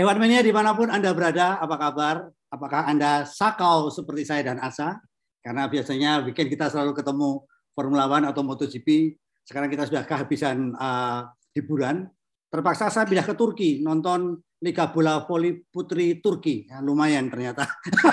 Ewan Mania dimanapun Anda berada, apa kabar? Apakah Anda sakau seperti saya dan Asa? Karena biasanya weekend kita selalu ketemu Formula One atau MotoGP. Sekarang kita sudah kehabisan hiburan. Terpaksa saya pindah ke Turki, nonton Liga Bola Voli Putri Turki. Ya, lumayan ternyata.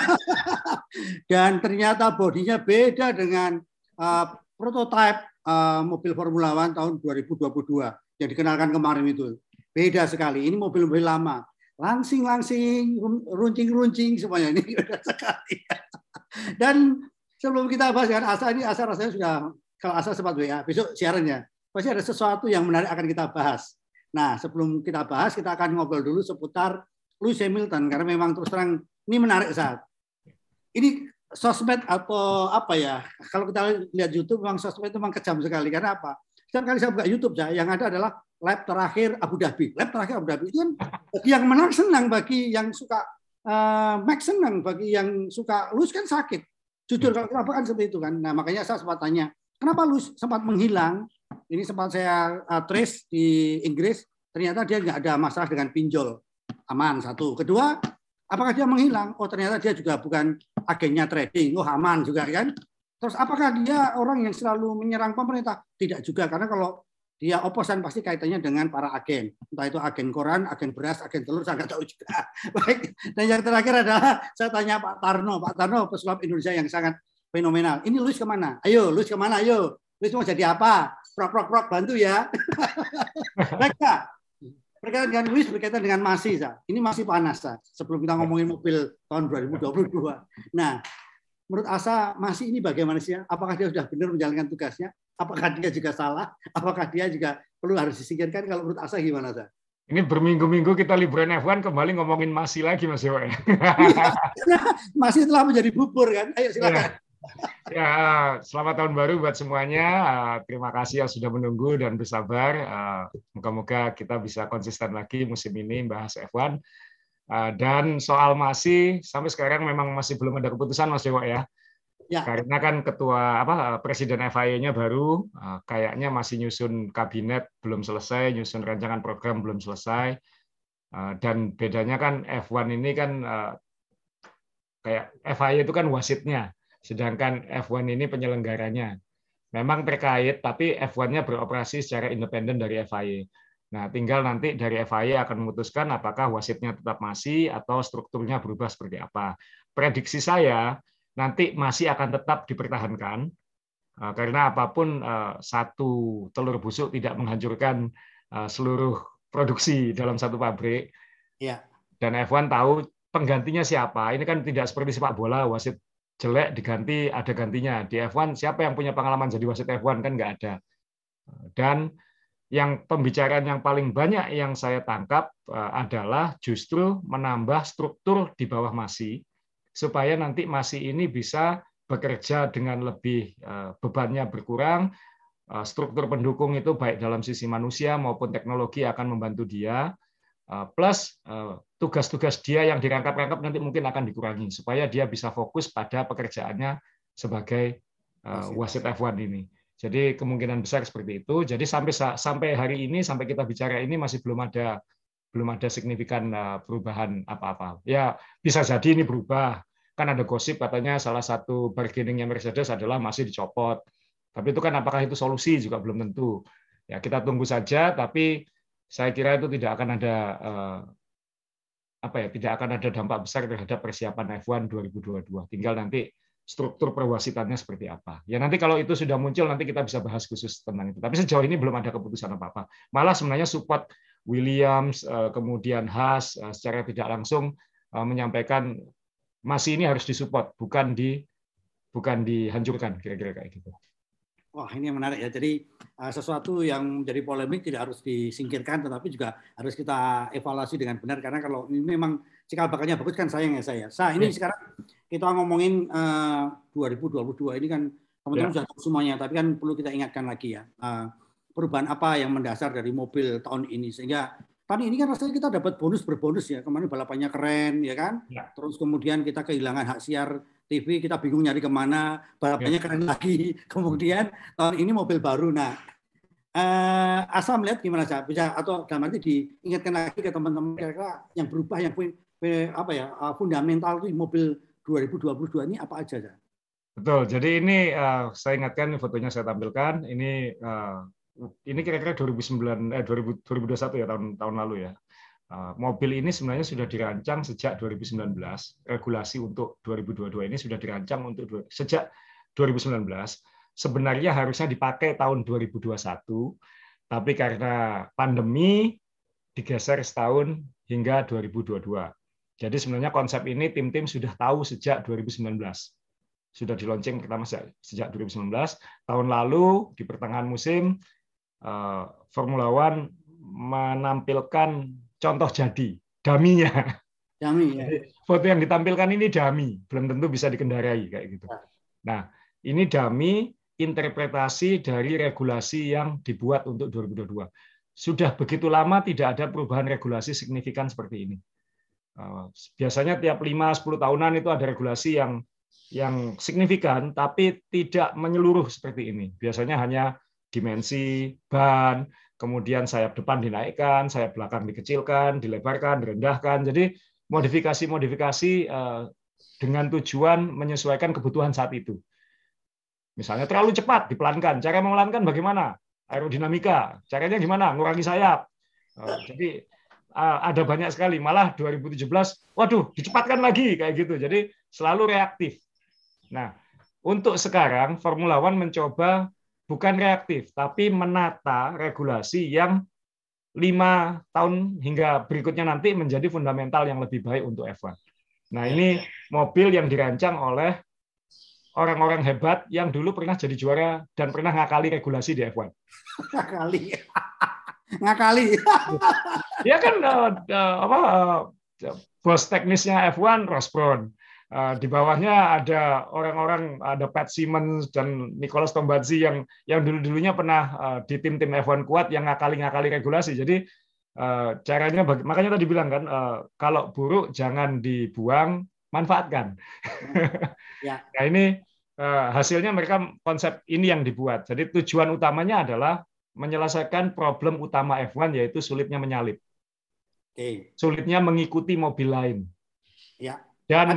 Dan ternyata bodinya beda dengan prototipe mobil Formula One tahun 2022 yang dikenalkan kemarin itu. Beda sekali. Ini mobil-mobil lama. Langsing-langsing, runcing-runcing semuanya ini beda sekali. Dan sebelum kita bahas dengan Asa, ini Asa rasanya sudah, kalau Asa sempat WA, besok siarannya, pasti ada sesuatu yang menarik akan kita bahas. Nah, sebelum kita bahas, kita akan ngobrol dulu seputar Lewis Hamilton, karena memang terus terang, ini menarik saat. Ini sosmed atau apa ya, kalau kita lihat YouTube, memang sosmed itu memang kejam sekali. Karena apa? Setiap kali saya buka YouTube, yang ada adalah lap terakhir Abu Dhabi. Lap terakhir Abu Dhabi itu kan bagi yang menang senang, bagi yang suka Max senang, bagi yang suka Lewis kan sakit. Jujur kalau kenapa kan seperti itu kan. Nah makanya saya sempat tanya, kenapa Lewis sempat menghilang? Ini sempat saya trace di Inggris, ternyata dia nggak ada masalah dengan pinjol. Aman, satu. Kedua, apakah dia menghilang? Oh ternyata dia juga bukan agennya trading. Oh aman juga kan. Terus apakah dia orang yang selalu menyerang pemerintah? Tidak juga, karena kalau dia oposan pasti kaitannya dengan para agen. Entah itu agen koran, agen beras, agen telur, saya nggak tahu juga. Baik. Dan yang terakhir adalah saya tanya Pak Tarno. Pak Tarno pesulap Indonesia yang sangat fenomenal. Ini Lewis kemana? Ayo, Lewis kemana? Ayo. Lewis mau jadi apa? Prok, bantu ya. Baik, Pak. Berkaitan dengan Lewis, berkaitan dengan Masi. Ini masih panas. Sebelum kita ngomongin mobil tahun 2022. Nah, menurut Asa, Masi ini bagaimana sih? Apakah dia sudah benar menjalankan tugasnya? Apakah dia juga salah? Apakah dia juga perlu harus disingkirkan? Kalau menurut Asa gimana, Sa? Ini berminggu-minggu kita liburan F1 kembali ngomongin Masi lagi, Mas Yowo. Masih telah menjadi bubur kan? Ayo silakan. Ya, selamat tahun baru buat semuanya. Terima kasih yang sudah menunggu dan bersabar. Moga-moga kita bisa konsisten lagi musim ini bahas F1. Dan soal Masi, sampai sekarang memang masih belum ada keputusan, Mas Yowo ya. Ya. Karena kan presiden FIA-nya baru, kayaknya masih nyusun kabinet belum selesai, nyusun rancangan program belum selesai, dan bedanya kan F1 ini kan kayak FIA itu kan wasitnya, sedangkan F1 ini penyelenggaranya. Memang terkait, tapi F1-nya beroperasi secara independen dari FIA. Nah, tinggal nanti dari FIA akan memutuskan apakah wasitnya tetap masih atau strukturnya berubah seperti apa. Prediksi saya nanti masih akan tetap dipertahankan karena apapun satu telur busuk tidak menghancurkan seluruh produksi dalam satu pabrik. Ya. Dan F1 tahu penggantinya siapa. Ini kan tidak seperti sepak bola, wasit jelek diganti ada gantinya. Di F1 siapa yang punya pengalaman jadi wasit F1 kan nggak ada. Dan yang pembicaraan yang paling banyak yang saya tangkap adalah justru menambah struktur di bawah Masi, supaya nanti Masi ini bisa bekerja dengan lebih bebannya berkurang, struktur pendukung itu baik dalam sisi manusia maupun teknologi akan membantu dia, plus tugas-tugas dia yang dirangkap-rangkap nanti mungkin akan dikurangi supaya dia bisa fokus pada pekerjaannya sebagai wasit F1 ini. Jadi kemungkinan besar seperti itu. Jadi sampai hari ini, sampai kita bicara ini masih belum ada signifikan perubahan apa-apa. Ya bisa jadi ini berubah. Kan ada gosip katanya salah satu bargainingnya Mercedes adalah masih dicopot. Tapi itu kan apakah itu solusi juga belum tentu. Ya kita tunggu saja. Tapi saya kira itu tidak akan ada tidak akan ada dampak besar terhadap persiapan F1 2022. Tinggal nanti struktur perwasitannya seperti apa. Ya nanti kalau itu sudah muncul nanti kita bisa bahas khusus tentang itu. Tapi sejauh ini belum ada keputusan apa-apa. Malah sebenarnya support Williams, kemudian Haas secara tidak langsung menyampaikan Masi ini harus disupport, bukan dihancurkan, kira-kira kayak gitu. Wah, ini yang menarik ya. Jadi sesuatu yang menjadi polemik tidak harus disingkirkan, tetapi juga harus kita evaluasi dengan benar. Karena kalau ini memang cikal bakalnya bagus kan sayang ya saya. Ini sekarang kita ngomongin 2022 ini kan teman-teman sudah tahu semuanya, tapi kan perlu kita ingatkan lagi ya perubahan apa yang mendasar dari mobil tahun ini, sehingga tahun ini kan rasanya kita dapat berbonus ya. Kemarin balapannya keren ya kan. Ya. Terus kemudian kita kehilangan hak siar TV, kita bingung nyari kemana, balapannya keren lagi. Kemudian tahun ini mobil baru. Nah, Asal melihat gimana saja bisa, atau dalam arti diingatkan lagi ke teman-teman kira-kira yang berubah, yang apa ya, fundamental itu mobil 2022 ini apa aja? Betul. Jadi ini saya ingatkan, fotonya saya tampilkan. Ini kira-kira 2021 ya, tahun lalu ya. Mobil ini sebenarnya sudah dirancang sejak 2019. Regulasi untuk 2022 ini sudah dirancang sejak 2019. Sebenarnya harusnya dipakai tahun 2021, tapi karena pandemi digeser setahun hingga 2022. Jadi sebenarnya konsep ini tim-tim sudah tahu sejak 2019. Sudah di launching pertama sejak 2019. Tahun lalu di pertengahan musim Formula One menampilkan contoh jadi, daminya. Dummy, ya. Jadi, foto yang ditampilkan ini dummy, belum tentu bisa dikendarai kayak gitu. Nah, ini dummy interpretasi dari regulasi yang dibuat untuk 2022. Sudah begitu lama tidak ada perubahan regulasi signifikan seperti ini. Biasanya tiap 5-10 tahunan itu ada regulasi yang signifikan, tapi tidak menyeluruh seperti ini. Biasanya hanya dimensi ban, kemudian sayap depan dinaikkan, sayap belakang dikecilkan, dilebarkan, direndahkan. Jadi modifikasi-modifikasi dengan tujuan menyesuaikan kebutuhan saat itu. Misalnya terlalu cepat, dipelankan. Cara memelankan bagaimana? Aerodinamika. Caranya gimana? Ngurangi sayap. Jadi ada banyak sekali. Malah 2017, waduh, dicepatkan lagi kayak gitu. Jadi selalu reaktif. Nah, untuk sekarang Formula One mencoba bukan reaktif, tapi menata regulasi yang 5 tahun hingga berikutnya nanti menjadi fundamental yang lebih baik untuk F1. Nah, ini mobil yang dirancang oleh orang-orang hebat yang dulu pernah jadi juara dan pernah ngakali regulasi di F1. Ngakali. Ya kan bos teknisnya F1 Ross Brown. Di bawahnya ada orang-orang, ada Pat Simmons dan Nicolas Tombazzi yang dulu-dulunya pernah di tim-tim F1 kuat yang ngakali regulasi. Jadi caranya makanya tadi bilang kan, kalau buruk jangan dibuang, manfaatkan. Ya. Nah, ini hasilnya mereka konsep ini yang dibuat. Jadi tujuan utamanya adalah menyelesaikan problem utama F1, yaitu sulitnya menyalip. Sulitnya mengikuti mobil lain. Ya. Dan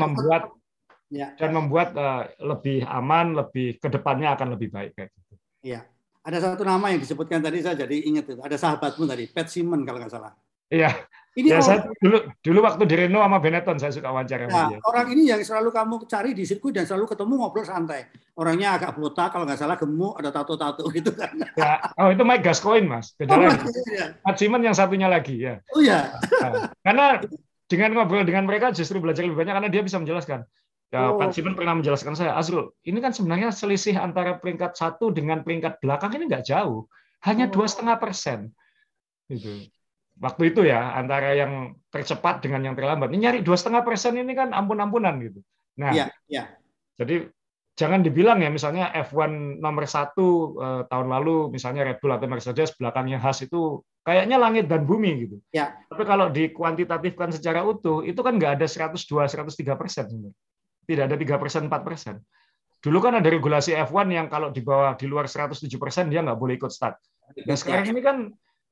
membuat lebih aman, lebih kedepannya akan lebih baik kayak gitu. Iya. Ada satu nama yang disebutkan tadi, saya jadi ingat itu. Ada sahabatmu tadi, Pat Simmons kalau nggak salah. Iya. Ini ya, saya dulu waktu di Renault sama Benetton saya suka wawancara sama dia. Orang ini yang selalu kamu cari di sirkuit dan selalu ketemu ngobrol santai. Orangnya agak botak kalau nggak salah, gemuk, ada tato-tato gitu kan. Ya, itu Mike Gascoigne, Mas. Beda lagi. Pat Simmons yang satunya lagi ya. Oh ya. Karena dengan ngobrol dengan mereka justru belajar lebih banyak karena dia bisa menjelaskan. Pat Simmons pernah menjelaskan saya, Azrul, ini kan sebenarnya selisih antara peringkat 1 dengan peringkat belakang ini nggak jauh, hanya 2,5%. Gitu. Waktu itu ya, antara yang tercepat dengan yang terlambat. Ini nyari 2,5% ini kan ampun-ampunan gitu. Nah, jadi jangan dibilang ya misalnya F1 nomor 1 tahun lalu misalnya Red Bull atau Mercedes, belakangnya Haas itu kayaknya langit dan bumi gitu. Ya. Tapi kalau dikuantitatifkan secara utuh, itu kan nggak ada 102-103%. Tidak ada 3%, 4%. Dulu kan ada regulasi F1 yang kalau di luar 107% dia nggak boleh ikut start. Dan sekarang ini kan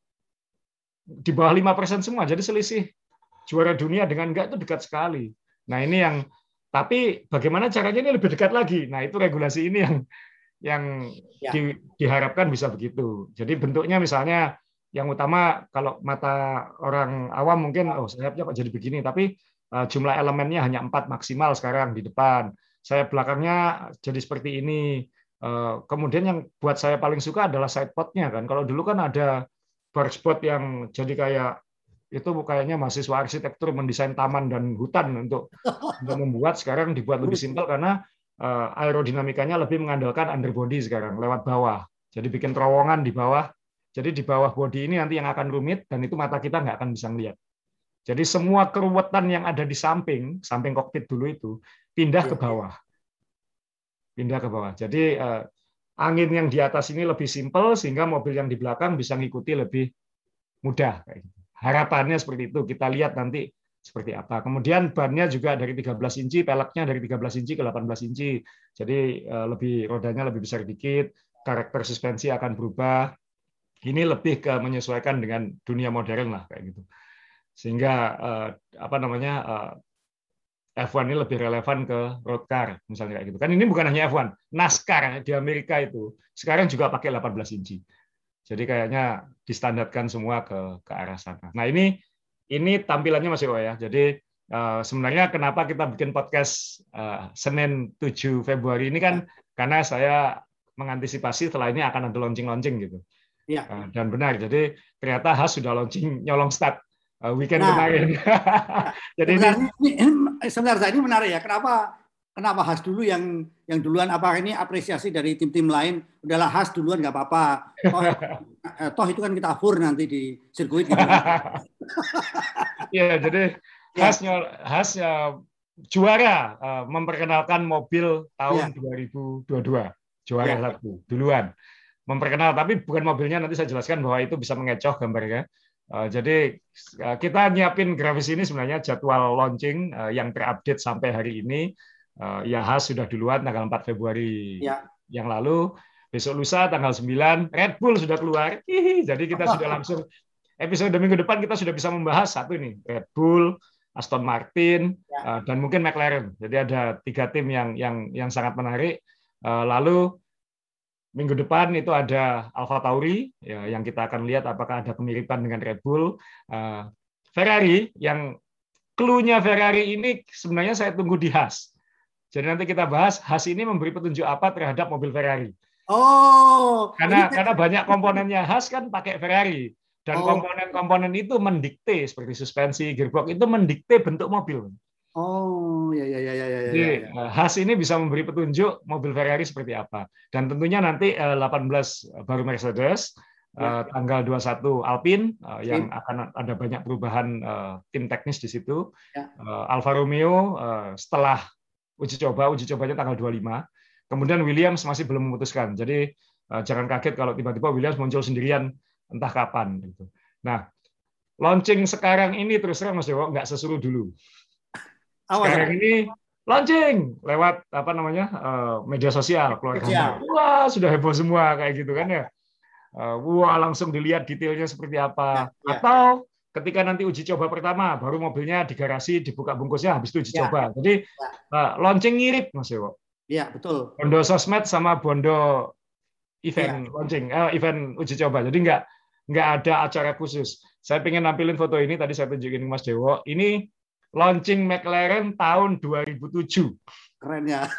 di bawah 5% semua. Jadi selisih juara dunia dengan enggak itu dekat sekali. Nah, ini tapi bagaimana caranya ini lebih dekat lagi. Nah, itu regulasi ini yang diharapkan bisa begitu. Jadi bentuknya misalnya yang utama kalau mata orang awam mungkin sayapnya kok jadi begini, tapi jumlah elemennya hanya 4 maksimal sekarang di depan. Sayap belakangnya jadi seperti ini. Kemudian yang buat saya paling suka adalah sidepodnya kan. Kalau dulu kan ada bar spot yang jadi kayak itu kayaknya mahasiswa arsitektur mendesain taman dan hutan untuk membuat, sekarang dibuat lebih simpel karena aerodinamikanya lebih mengandalkan underbody sekarang lewat bawah. Jadi bikin terowongan di bawah. Jadi di bawah body ini nanti yang akan rumit dan itu mata kita nggak akan bisa melihat. Jadi semua keruwetan yang ada di samping kokpit dulu itu pindah ke bawah. Pindah ke bawah. Jadi angin yang di atas ini lebih simpel sehingga mobil yang di belakang bisa ngikuti lebih mudah. Harapannya seperti itu. Kita lihat nanti seperti apa. Kemudian bannya juga dari 13 inci, peleknya dari 13 inci ke 18 inci. Jadi rodanya lebih besar dikit, karakter suspensi akan berubah. Ini lebih ke menyesuaikan dengan dunia modern lah kayak gitu. Sehingga F1 ini lebih relevan ke road car misalnya kayak gitu. Kan ini bukan hanya F1, NASCAR di Amerika itu sekarang juga pakai 18 inci. Jadi kayaknya distandarkan semua ke arah sana. Nah, ini tampilannya Mas Eko ya. Jadi sebenarnya kenapa kita bikin podcast Senin 7 Februari ini kan karena saya mengantisipasi setelah ini akan ada launching gitu. Ya. Dan benar, jadi ternyata Haas sudah launching nyolong start weekend kemarin. Jadi sebenarnya ini menarik ya. Kenapa Haas dulu yang duluan? Apa ini apresiasi dari tim-tim lain? Udahlah Haas duluan nggak apa-apa. Toh itu kan kita afur nanti di sirkuit gitu. Iya, jadi Haas juara memperkenalkan mobil tahun 2022, juara satu duluan. Memperkenal, tapi bukan mobilnya, nanti saya jelaskan bahwa itu bisa mengecoh gambarnya. Jadi kita nyiapin grafis ini sebenarnya jadwal launching yang terupdate sampai hari ini. Ya Haas sudah duluan tanggal 4 Februari yang lalu. Besok lusa tanggal 9 Red Bull sudah keluar. Jadi kita sudah langsung episode minggu depan kita sudah bisa membahas satu ini Red Bull, Aston Martin, dan mungkin McLaren. Jadi ada 3 tim yang sangat menarik. Lalu minggu depan itu ada AlphaTauri ya, yang kita akan lihat apakah ada kemiripan dengan Red Bull. Ferrari, yang clue-nya Ferrari ini sebenarnya saya tunggu di Haas. Jadi nanti kita bahas Haas ini memberi petunjuk apa terhadap mobil Ferrari. Karena banyak komponennya Haas kan pakai Ferrari, dan komponen-komponen itu mendikte seperti suspensi, gearbox itu mendikte bentuk mobil. Jadi Haas ini bisa memberi petunjuk mobil Ferrari seperti apa. Dan tentunya nanti 18 baru Mercedes, tanggal 21 Alpine yang akan ada banyak perubahan tim teknis di situ. Alfa Romeo setelah uji cobanya tanggal 25. Kemudian Williams masih belum memutuskan. Jadi jangan kaget kalau tiba-tiba Williams muncul sendirian entah kapan gitu. Nah, launching sekarang ini terus terang Mas Dewo nggak sesuruh dulu. Sekarang ini launching lewat media sosial keluarga. Wah, sudah heboh semua kayak gitu kan ya. Wah, langsung dilihat detailnya seperti apa. Atau ketika nanti uji coba pertama, baru mobilnya di garasi dibuka bungkusnya habis itu uji coba. Jadi launching ngirit Mas Dewo. Iya, betul. Bondo sosmed sama bondo event launching, event uji coba. Jadi nggak ada acara khusus. Saya pengen nampilin foto ini, tadi saya tunjukin ke Mas Dewo. Ini launching McLaren tahun 2007. Keren ya.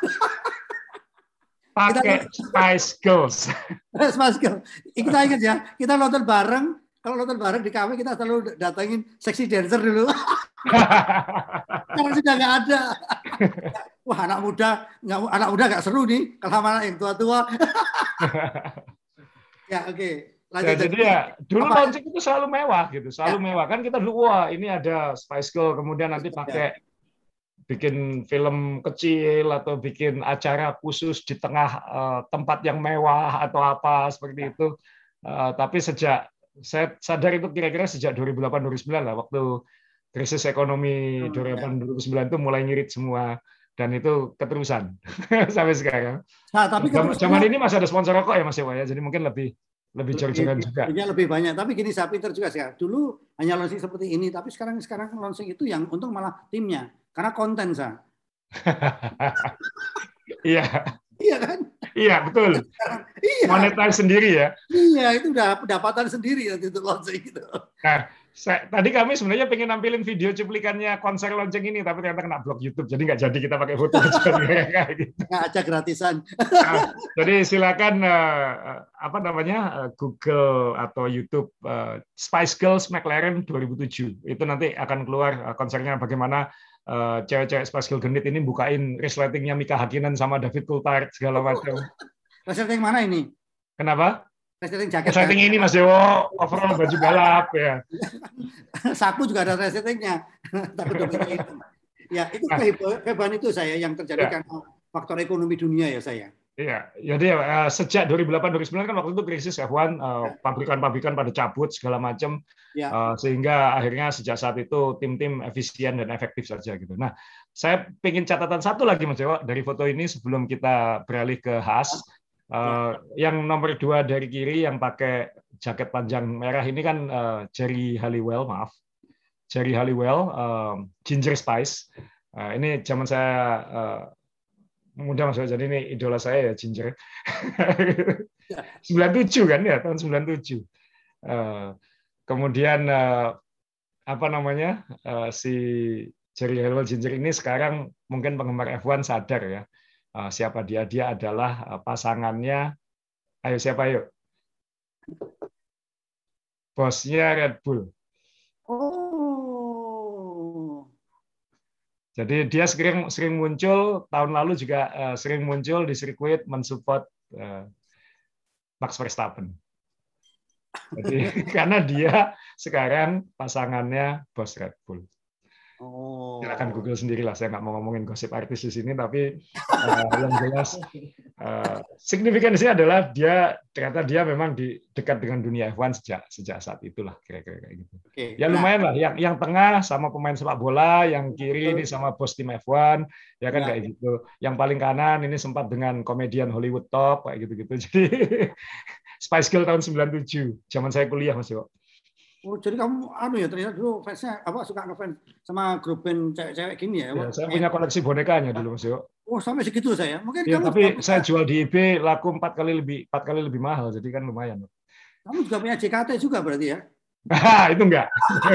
Pakai Spice Girls. Spice Girls. Kita ingat ya, kita nonton bareng. Kalau nonton bareng di kafe kita selalu datangin sexy dancer dulu. Karena sudah nggak ada. Wah, anak muda nggak seru nih kalau anak yang tua-tua. Ya, oke. Ya, jadi ya dulu launching itu selalu mewah gitu, mewah kan kita dulu wah ini ada Spice Girl, kemudian nanti pakai bikin film kecil atau bikin acara khusus di tengah tempat yang mewah atau apa seperti itu. Tapi sejak saya sadar itu kira-kira sejak 2008-2009 lah, waktu krisis ekonomi 2008-2009 itu mulai ngirit semua, dan itu keterusan sampai sekarang. Nah, tapi zaman ini masih ada sponsor rokok ya Mas Dewa ya, jadi mungkin lebih jor-joran juga. Lebih banyak, tapi gini saya pinter juga sekarang. Dulu hanya launching seperti ini, tapi sekarang launching itu yang untung malah timnya, karena konten saya. Iya. Iya kan? Iya, betul. Iya. Monetize sendiri ya. Iya, itu udah pendapatan sendiri nanti untuk launching gitu. Nah, tadi kami sebenarnya pengen nampilin video cuplikannya konser launching ini, tapi ternyata kena blok YouTube, jadi nggak jadi kita pakai foto aja. Gitu. Nggak aja gratisan. Nah, jadi silakan Google atau YouTube Spice Girls McLaren 2007. Itu nanti akan keluar konsernya bagaimana cewek-cewek Spice Girl genit ini bukain resletingnya Mika Hakkinen sama David Coulthard segala macam. Resleting mana ini? Kenapa? Resleting jaket. Resleting ini Mas Dewo, overall baju balap ya. Saku juga ada resletingnya. Ya, itu kehebohan itu saya yang terjadi karena faktor ekonomi dunia ya saya. Iya, jadi sejak 2008-2009 kan waktu itu krisis F1, pabrikan-pabrikan pada cabut segala macam, sehingga akhirnya sejak saat itu tim-tim efisien dan efektif saja gitu. Nah, saya pengen catatan satu lagi Mas Dewo dari foto ini sebelum kita beralih ke Haas, yang nomor 2 dari kiri yang pakai jaket panjang merah ini kan Jerry Halliwell, maaf. Jerry Halliwell, Ginger Spice. Ini zaman saya muda Mas, jadi ini idola saya ya Ginger. 97 kan ya, tahun 97. Kemudian apa namanya, si Jerry Halliwell Ginger ini sekarang mungkin penggemar F1 sadar ya, siapa dia. Dia adalah pasangannya, ayo siapa yuk? Bosnya Red Bull. Oh. Jadi dia sering muncul, tahun lalu juga sering muncul di sirkuit mensupport Max Verstappen. Jadi karena dia sekarang pasangannya bos Red Bull. Silakan Google sendirilah, saya nggak mau ngomongin gosip artis di sini, tapi yang jelas signifikan di sini adalah ternyata dia memang dekat dengan dunia F1 sejak saat itulah, kira-kira kayak gitu. Ya lumayan lah, yang tengah sama pemain sepak bola, yang kiri ini sama bos tim F1, ya kan kayak gitu. Yang paling kanan ini sempat dengan komedian Hollywood top kayak gitu-gitu. Jadi Spice Girl tahun 97, zaman saya kuliah Mas Yo. Oh, jadi kamu ya ternyata dulu fansnya suka ngefans sama grup band cewek-cewek gini ya? Ya, saya punya koleksi bonekanya dulu Mas Yo. Oh, sampai segitu saya. Mungkin ya, kamu tapi saya jual di eBay laku 4 kali lebih mahal, jadi kan lumayan. Kamu juga punya JKT juga berarti ya? Itu enggak.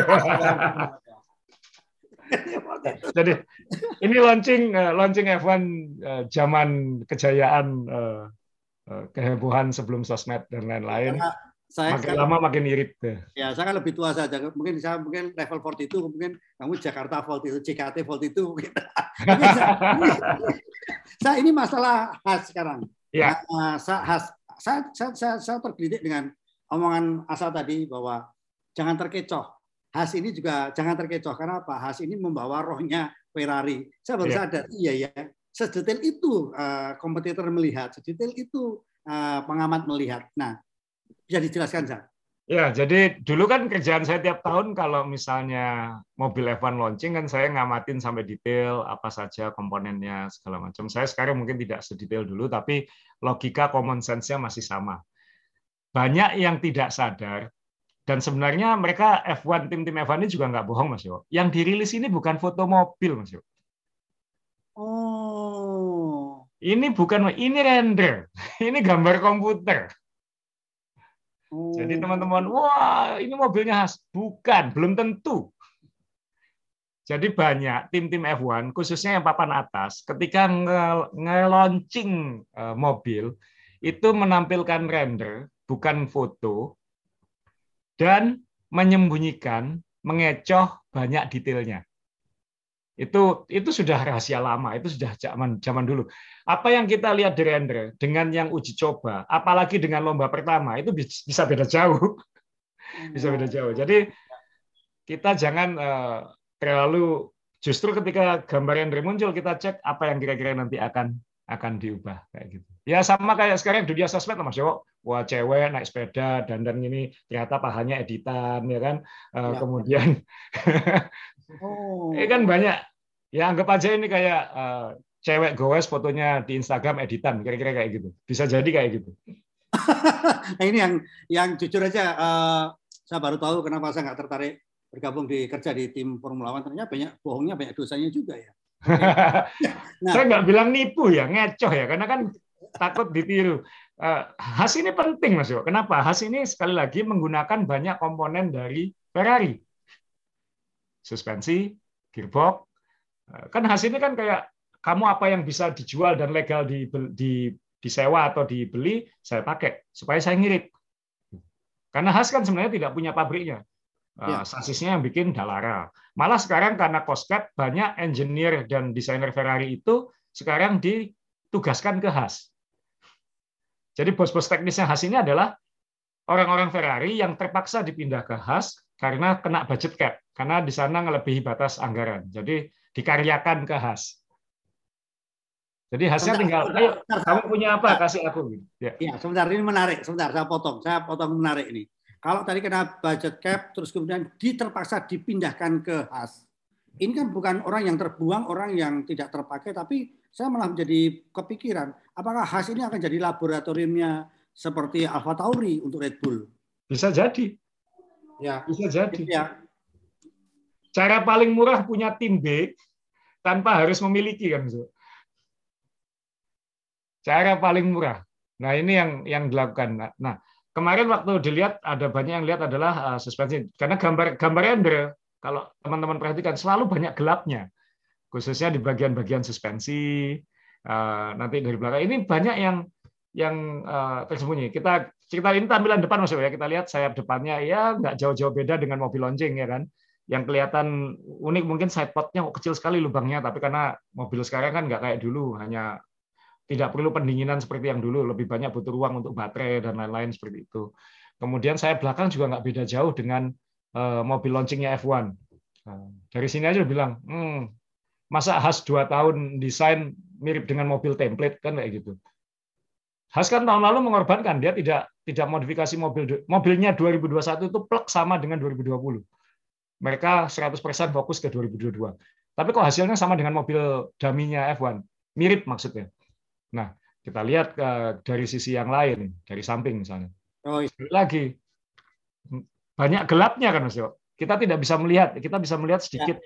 Jadi ini launching F1 zaman kejayaan kehebohan sebelum sosmed dan lain-lain. Makin lama makin irit. Ya, saya kan lebih tua saja. Mungkin level 42, mungkin kamu Jakarta Volt itu, JKT Volt itu. Saya ini masalah khas sekarang. Ya. Saya tergelitik dengan omongan Asa tadi bahwa jangan terkecoh. Haas ini juga jangan terkecoh. Karena apa? Haas ini membawa rohnya Ferrari. Saya baru sadar, iya ya. Sedetail itu kompetitor melihat, sedetail itu pengamat melihat. Nah, bisa dijelaskan, Zak? Ya, jadi dulu kan kerjaan saya tiap tahun kalau misalnya mobil F1 launching kan saya ngamatin sampai detail apa saja komponennya segala macam. Saya sekarang mungkin tidak sedetail dulu, tapi logika common sense-nya masih sama. Banyak yang tidak sadar, dan sebenarnya mereka F1, tim-tim F1 ini juga nggak bohong, Mas Yo. Yang dirilis ini bukan foto mobil, Mas Yo. Oh. Ini render. Ini gambar komputer. Jadi teman-teman, wah ini mobilnya Haas. Bukan, belum tentu. Jadi banyak tim-tim F1, khususnya yang papan atas, ketika nge-launching mobil, itu menampilkan render, bukan foto, dan menyembunyikan, mengecoh banyak detailnya. Itu sudah rahasia lama, itu sudah zaman dulu. Apa yang kita lihat di render dengan yang uji coba, apalagi dengan lomba pertama, itu bisa beda jauh. Bisa beda jauh. Jadi kita jangan terlalu, justru ketika gambar render muncul kita cek apa yang kira-kira nanti akan diubah kayak gitu. Ya sama kayak sekarang dunia sosmed Mas Yo. Wah, cewek naik sepeda dandan ini ternyata pahanya editan ya kan. Kemudian kan banyak. Ya anggap aja ini kayak cewek goes fotonya di Instagram editan, kira-kira kayak gitu. Bisa jadi kayak gitu. Nah, ini yang jujur aja saya baru tahu kenapa saya nggak tertarik bergabung kerja di tim Formula One. Ternyata banyak bohongnya, banyak dosanya juga ya. Nah, saya nggak bilang nipu ya, ngecoh ya, karena kan takut ditiru. Haas ini penting Mas Yo. Kenapa? Haas ini sekali lagi menggunakan banyak komponen dari Ferrari. Suspensi, gearbox. Kan Haas ini kan kayak kamu apa yang bisa dijual dan legal disewa atau dibeli, saya pakai supaya saya ngirit. Karena Haas kan sebenarnya tidak punya pabriknya. Sasisnya yang bikin Dallara. Malah sekarang karena cost cap, banyak engineer dan desainer Ferrari itu sekarang ditugaskan ke Haas. Jadi bos-bos teknisnya Haas ini adalah orang-orang Ferrari yang terpaksa dipindah ke Haas karena kena budget cap, karena di sana melebihi batas anggaran. Jadi dikaryakan ke Haas. Jadi Haasnya tinggal, ayo kamu punya apa, kasih aku. Ya, sebentar, ini menarik. Sebentar, saya potong menarik ini. Kalau tadi kena budget cap, terus kemudian terpaksa dipindahkan ke Haas. Ini kan bukan orang yang terbuang, orang yang tidak terpakai, tapi saya malah menjadi kepikiran, apakah Haas ini akan jadi laboratoriumnya seperti Alfa Tauri untuk Red Bull? Bisa jadi. Ya. Bisa jadi. Ya. Cara paling murah punya tim B tanpa harus memiliki kan. Cara paling murah. Nah, ini yang dilakukan. Nah, kemarin waktu dilihat ada banyak yang lihat adalah suspensi karena gambar render kalau teman-teman perhatikan selalu banyak gelapnya. Khususnya di bagian-bagian suspensi nanti dari belakang ini banyak yang tersembunyi. Kita ini tampilan depan Mas ya, kita lihat sayap depannya ya nggak jauh-jauh beda dengan mobil launching ya kan. Yang kelihatan unik mungkin sidepodnya kecil sekali lubangnya, tapi karena mobil sekarang kan nggak kayak dulu, hanya tidak perlu pendinginan seperti yang dulu, lebih banyak butuh ruang untuk baterai dan lain-lain seperti itu. Kemudian sayap belakang juga nggak beda jauh dengan mobil launchingnya F1. Dari sini aja bilang, masa Haas 2 tahun desain mirip dengan mobil template kan kayak gitu. Haas kan tahun lalu mengorbankan, dia tidak modifikasi mobilnya 2021 itu plek sama dengan 2020. Mereka 100% fokus ke 2022. Tapi kok hasilnya sama dengan mobil dummy-nya F1? Mirip maksudnya. Nah, kita lihat dari sisi yang lain, dari samping misalnya. Lagi banyak gelapnya kan Mas Yo. Kita tidak bisa melihat, kita bisa melihat sedikit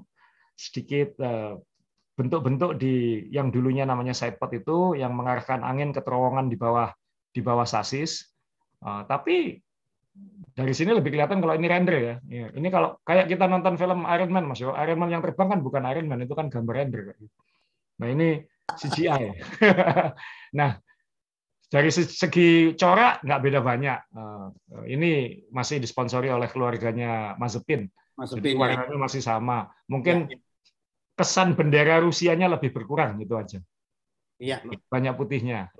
bentuk-bentuk di yang dulunya namanya sidepod itu yang mengarahkan angin ke terowongan di bawah sasis. Tapi dari sini lebih kelihatan kalau ini render ya. Ini kalau kayak kita nonton film Iron Man Mas Yo, Iron Man yang terbang kan bukan Iron Man, itu kan gambar render. Nah, ini CGI. Nah, dari segi corak nggak beda banyak. Ini masih disponsori oleh keluarganya Mazepin. Jadi warnanya masih sama. Mungkin kesan bendera Rusianya lebih berkurang gitu aja. Iya. Banyak putihnya,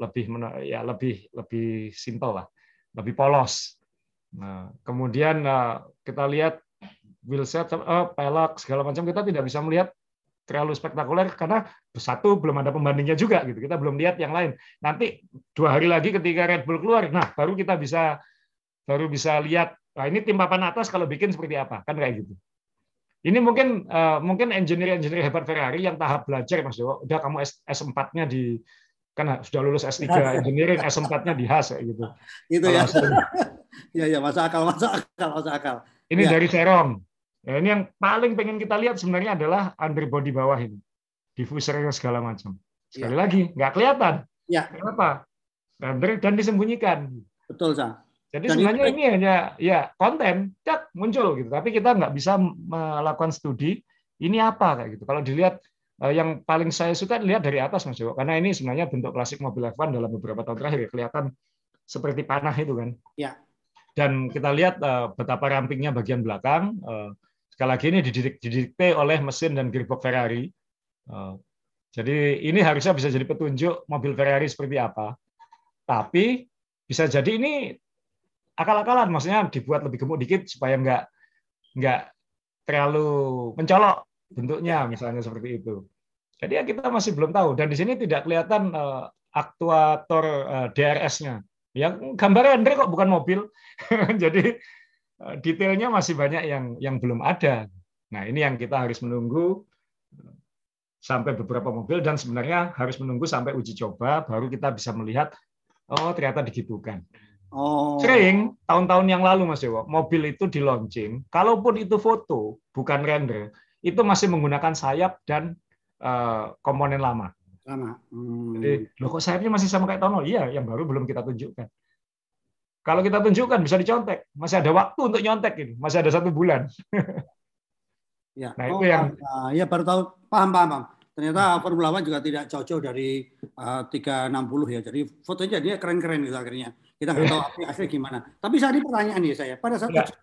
lebih simpel lah, lebih polos. Nah, kemudian kita lihat wheelset, pelek segala macam kita tidak bisa melihat terlalu spektakuler karena satu belum ada pembandingnya juga gitu. Kita belum lihat yang lain. Nanti 2 hari lagi ketika Red Bull keluar, nah baru kita bisa lihat. Nah, ini tim papan atas kalau bikin seperti apa kan kayak gitu. Ini mungkin engineer hebat Ferrari yang tahap belajar Mas Dewo. Udah kamu S4-nya di kan sudah lulus S3 engineering, S4-nya di Haas kayak gitu. Itu ya. Iya, masuk akal. Ini dari Serong. Ya, ini yang paling pengen kita lihat sebenarnya adalah underbody bawah ini, diffusernya segala macam. Sekali lagi nggak kelihatan. Ya. Kenapa? Dan disembunyikan. Betul, Sa. Jadi sebenarnya ini hanya ya konten, cak muncul gitu. Tapi kita nggak bisa melakukan studi ini apa kayak gitu. Kalau dilihat yang paling saya suka lihat dari atas Mas Joko, karena ini sebenarnya bentuk klasik mobil F1 dalam beberapa tahun terakhir ya, kelihatan seperti panah itu kan. Ya. Dan kita lihat betapa rampingnya bagian belakang. Sekali lagi ini didikte oleh mesin dan gearbox Ferrari. Jadi ini harusnya bisa jadi petunjuk mobil Ferrari seperti apa. Tapi bisa jadi ini akal-akalan, maksudnya dibuat lebih gemuk dikit supaya nggak terlalu mencolok bentuknya, misalnya seperti itu. Jadi ya kita masih belum tahu. Dan di sini tidak kelihatan aktuator DRS-nya. Yang gambar render kok bukan mobil. Jadi detailnya masih banyak yang belum ada. Nah, ini yang kita harus menunggu sampai beberapa mobil dan sebenarnya harus menunggu sampai uji coba baru kita bisa melihat oh ternyata digitukan. Sering tahun-tahun yang lalu Mas Dewo, mobil itu di launching, kalaupun itu foto bukan render, itu masih menggunakan sayap dan komponen lama. Jadi, loh kok sayapnya masih sama kayak tahun lalu? Iya, yang baru belum kita tunjukkan. Kalau kita tunjukkan bisa dicontek, masih ada waktu untuk nyontek ini, masih ada 1 bulan. Ya. Nah, itu yang ya baru tahu, paham. Ternyata Formula One juga tidak jauh-jauh dari 360 ya. Jadi fotonya dia keren-keren gitu akhirnya. Kita nggak tahu asli gimana. Tapi saat ini pertanyaan nih saya, pada saat uji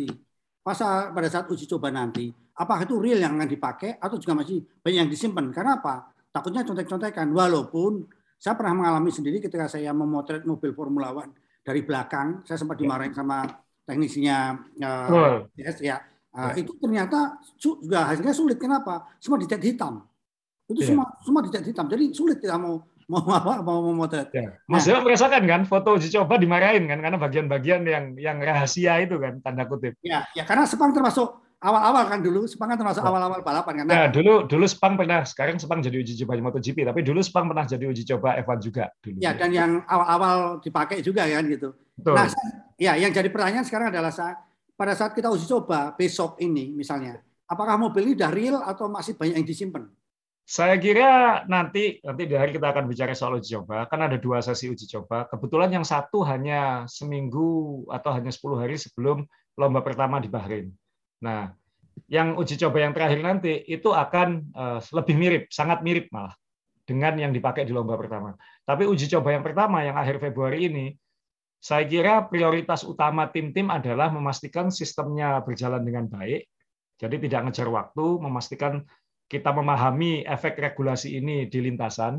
coba nanti, apakah itu real yang akan dipakai atau juga masih banyak yang disimpan? Karena apa? Takutnya contek-contekan. Walaupun saya pernah mengalami sendiri ketika saya memotret mobil Formula One dari belakang, saya sempat dimarahin sama teknisinya ya. Itu ternyata juga hasilnya sulit. Kenapa? Semua dicat hitam. Itu semua dicat hitam. Jadi sulit kita mau memotret. Ya. Mas Dewa merasakan kan foto uji coba dimarahin kan karena bagian-bagian yang rahasia itu kan tanda kutip. Ya karena Sepang termasuk awal-awal kan dulu. Sepang kan termasuk awal-awal balapan kan. Ya, dulu Sepang pernah, sekarang Sepang jadi uji coba MotoGP, tapi dulu Sepang pernah jadi uji coba F1 juga dulu. Ya, dan yang awal-awal dipakai juga kan gitu. Betul. Nah, Ya, yang jadi pertanyaan sekarang adalah pada saat kita uji coba besok ini misalnya, apakah mobil ini udah real atau masih banyak yang disimpan? Saya kira nanti di hari kita akan bicara soal uji coba. Kan ada 2 sesi uji coba. Kebetulan yang satu hanya seminggu atau hanya 10 hari sebelum lomba pertama di Bahrain. Nah, yang uji coba yang terakhir nanti itu akan lebih mirip, sangat mirip malah dengan yang dipakai di lomba pertama. Tapi uji coba yang pertama yang akhir Februari ini, saya kira prioritas utama tim-tim adalah memastikan sistemnya berjalan dengan baik. Jadi tidak ngejar waktu, memastikan kita memahami efek regulasi ini di lintasan,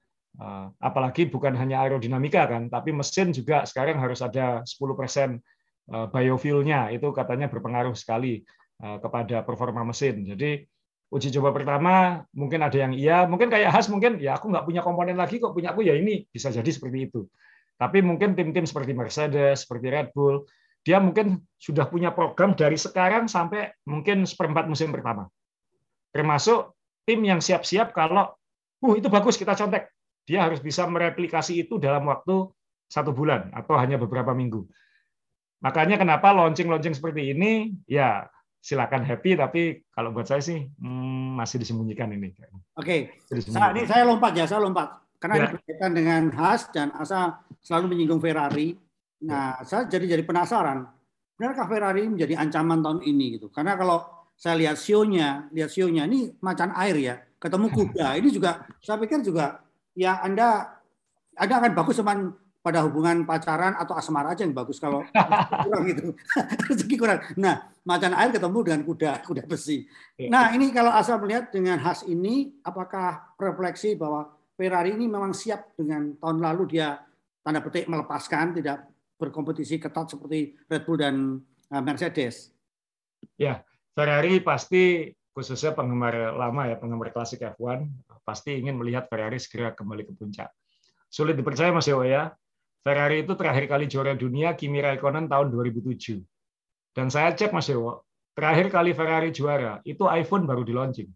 apalagi bukan hanya aerodinamika kan, tapi mesin juga sekarang harus ada 10% biofuel-nya, itu katanya berpengaruh sekali kepada performa mesin. Jadi uji coba pertama mungkin ada yang iya, mungkin kayak Haas mungkin ya aku nggak punya komponen lagi kok, punya aku ya ini, bisa jadi seperti itu. Tapi mungkin tim-tim seperti Mercedes, seperti Red Bull, dia mungkin sudah punya program dari sekarang sampai mungkin seperempat musim pertama. Termasuk tim yang siap-siap kalau itu bagus kita contek, dia harus bisa mereplikasi itu dalam waktu 1 bulan atau hanya beberapa minggu. Makanya kenapa launching seperti ini ya silakan happy, tapi kalau buat saya sih masih disembunyikan ini. Oke, ini saya lompat karena ini berkaitan dengan Haas dan Asa selalu menyinggung Ferrari. Nah, saya jadi penasaran, benarkah Ferrari menjadi ancaman tahun ini gitu? Karena kalau saya lihat sionya ini macan air ya, ketemu kuda. Ini juga saya pikir juga ya Anda akan bagus cuman pada hubungan pacaran atau asmara aja yang bagus, kalau kurang gitu. Rezeki kurang. Nah, macan air ketemu dengan kuda besi. Nah, ini kalau Asa melihat dengan Haas ini, apakah refleksi bahwa Ferrari ini memang siap dengan tahun lalu dia tanda petik melepaskan, tidak berkompetisi ketat seperti Red Bull dan Mercedes? Ya, Ferrari pasti, khususnya penggemar lama ya, penggemar klasik F1, pasti ingin melihat Ferrari segera kembali ke puncak. Sulit dipercaya Mas Dewo ya, Ferrari itu terakhir kali juara dunia Kimi Raikkonen tahun 2007. Dan saya cek Mas Dewo, terakhir kali Ferrari juara, itu iPhone baru di launching.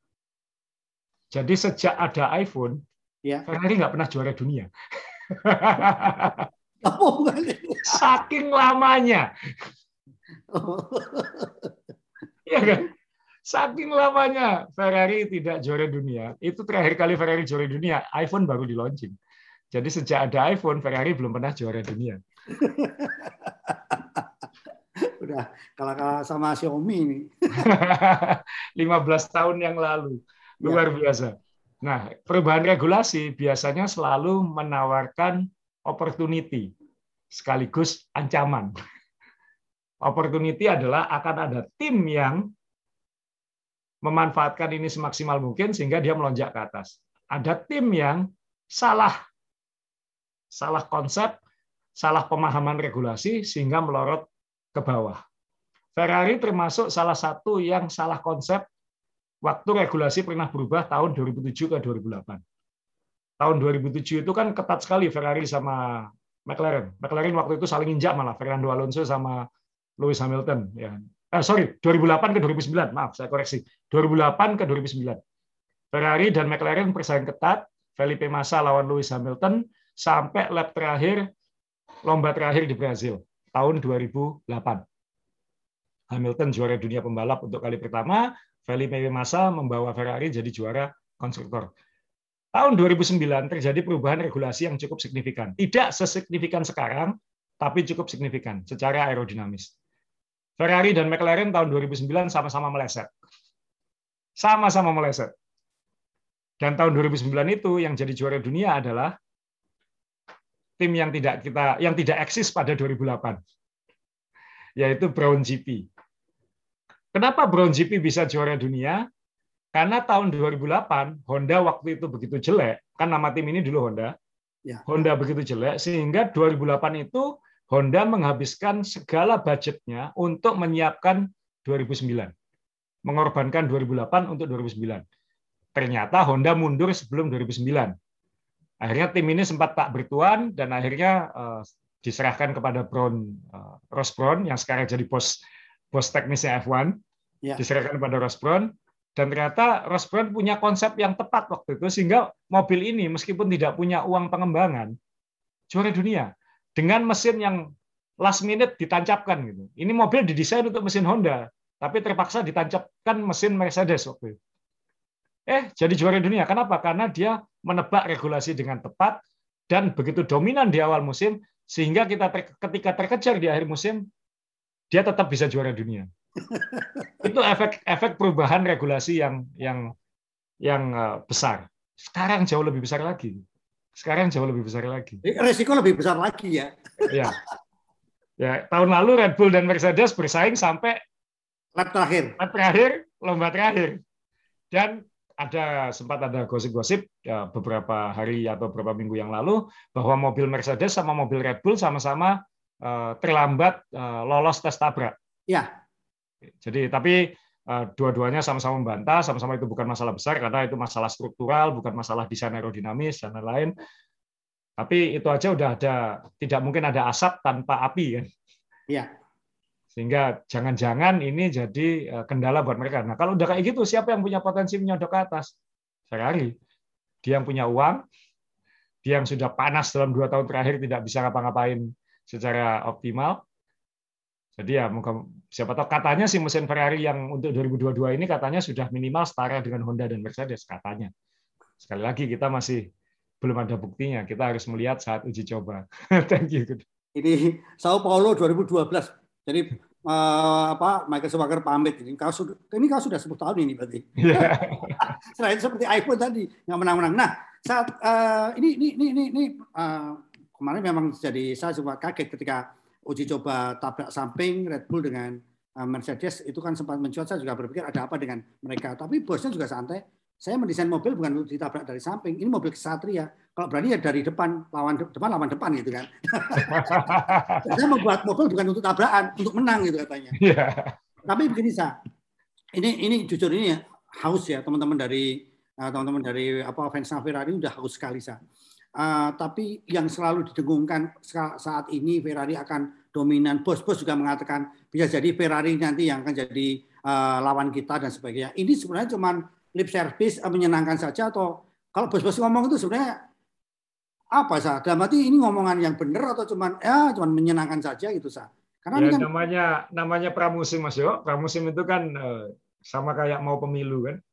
Jadi sejak ada iPhone, Ferrari nggak pernah juara dunia. Saking lamanya. Iya kan? Saking lamanya Ferrari tidak juara dunia. Itu terakhir kali Ferrari juara dunia, iPhone baru di launching. Jadi sejak ada iPhone, Ferrari belum pernah juara dunia. Udah kalah sama Xiaomi ini. 15 tahun yang lalu. Luar biasa. Nah, perubahan regulasi biasanya selalu menawarkan opportunity sekaligus ancaman. Opportunity adalah akan ada tim yang memanfaatkan ini semaksimal mungkin sehingga dia melonjak ke atas. Ada tim yang salah konsep, salah pemahaman regulasi sehingga melorot ke bawah. Ferrari termasuk salah satu yang salah konsep waktu regulasi pernah berubah tahun 2007 ke 2008. Tahun 2007 itu kan ketat sekali Ferrari sama McLaren. McLaren waktu itu saling injak malah, Fernando Alonso sama Lewis Hamilton. 2008 ke 2009, maaf saya koreksi. 2008 ke 2009. Ferrari dan McLaren bersaing ketat, Felipe Massa lawan Lewis Hamilton, sampai lap terakhir, lomba terakhir di Brazil, tahun 2008. Hamilton juara dunia pembalap untuk kali pertama, Felipe Massa membawa Ferrari jadi juara konstruktor. Tahun 2009 terjadi perubahan regulasi yang cukup signifikan. Tidak sesignifikan sekarang, tapi cukup signifikan secara aerodinamis. Ferrari dan McLaren tahun 2009 sama-sama meleset. Sama-sama meleset. Dan tahun 2009 itu yang jadi juara dunia adalah tim yang tidak eksis pada 2008, yaitu Brown GP. Kenapa Brown GP bisa juara dunia? Karena tahun 2008 Honda waktu itu begitu jelek, kan nama tim ini dulu Honda. Honda begitu jelek sehingga 2008 itu Honda menghabiskan segala budgetnya untuk menyiapkan 2009. Mengorbankan 2008 untuk 2009. Ternyata Honda mundur sebelum 2009. Akhirnya tim ini sempat tak bertuan dan akhirnya diserahkan kepada Ross Brown yang sekarang jadi bos teknisnya F1. Diserahkan kepada Ross Brown dan ternyata Ross Brown punya konsep yang tepat waktu itu sehingga mobil ini meskipun tidak punya uang pengembangan juara dunia dengan mesin yang last minute ditancapkan gitu. Ini mobil didesain untuk mesin Honda, tapi terpaksa ditancapkan mesin Mercedes waktu itu. Jadi juara dunia. Kenapa? Karena dia menebak regulasi dengan tepat dan begitu dominan di awal musim sehingga ketika terkejar di akhir musim dia tetap bisa juara dunia. Itu efek perubahan regulasi yang besar. Sekarang jauh lebih besar lagi. Resiko lebih besar lagi ya. Ya, tahun lalu Red Bull dan Mercedes bersaing sampai lap terakhir, lomba terakhir. Dan sempat ada gosip-gosip beberapa hari atau beberapa minggu yang lalu bahwa mobil Mercedes sama mobil Red Bull sama-sama terlambat lolos tes tabrak. Ya. Jadi tapi dua-duanya sama-sama membantah, sama-sama itu bukan masalah besar karena itu masalah struktural, bukan masalah desain aerodinamis dan lain-lain. Tapi itu aja udah tidak mungkin ada asap tanpa api kan. Iya. Sehingga jangan-jangan ini jadi kendala buat mereka. Nah, kalau udah kayak gitu, siapa yang punya potensi menyodok ke atas? Ferrari. Dia yang punya uang, dia yang sudah panas dalam 2 tahun terakhir tidak bisa ngapa-ngapain secara optimal. Jadi ya siapa tahu katanya si mesin Ferrari yang untuk 2022 ini katanya sudah minimal setara dengan Honda dan Mercedes katanya. Sekali lagi kita masih belum ada buktinya. Kita harus melihat saat uji coba. Thank you. Ini Sao Paulo 2012. Jadi Michael Schumacher pamit ini kau sudah 10 tahun ini berarti. Yeah. Selain seperti iPhone tadi yang menang-menang. Nah, saat ini kemarin memang jadi saya sempat kaget ketika uji coba tabrak samping Red Bull dengan Mercedes itu kan sempat mencuat. Saya juga berpikir ada apa dengan mereka. Tapi bosnya juga santai. Saya mendesain mobil bukan untuk ditabrak dari samping. Ini mobil Ksatria. Kalau berani ya dari depan lawan depan gitu kan. Saya membuat mobil bukan untuk tabrakan, untuk menang gitu katanya. Yeah. Tapi begini ini jujur ini haus ya teman-teman dari fans Ferrari udah haus sekali tapi yang selalu didengungkan saat ini Ferrari akan dominan. Bos-bos juga mengatakan bisa jadi Ferrari nanti yang akan jadi lawan kita dan sebagainya. Ini sebenarnya cuma lip service menyenangkan saja atau kalau bos-bos ngomong itu sebenarnya apa dalam arti ini ngomongan yang benar atau cuman menyenangkan saja gitu karena ya, ini kan namanya pramusim Mas Yo. Pramusim itu kan sama kayak mau pemilu kan.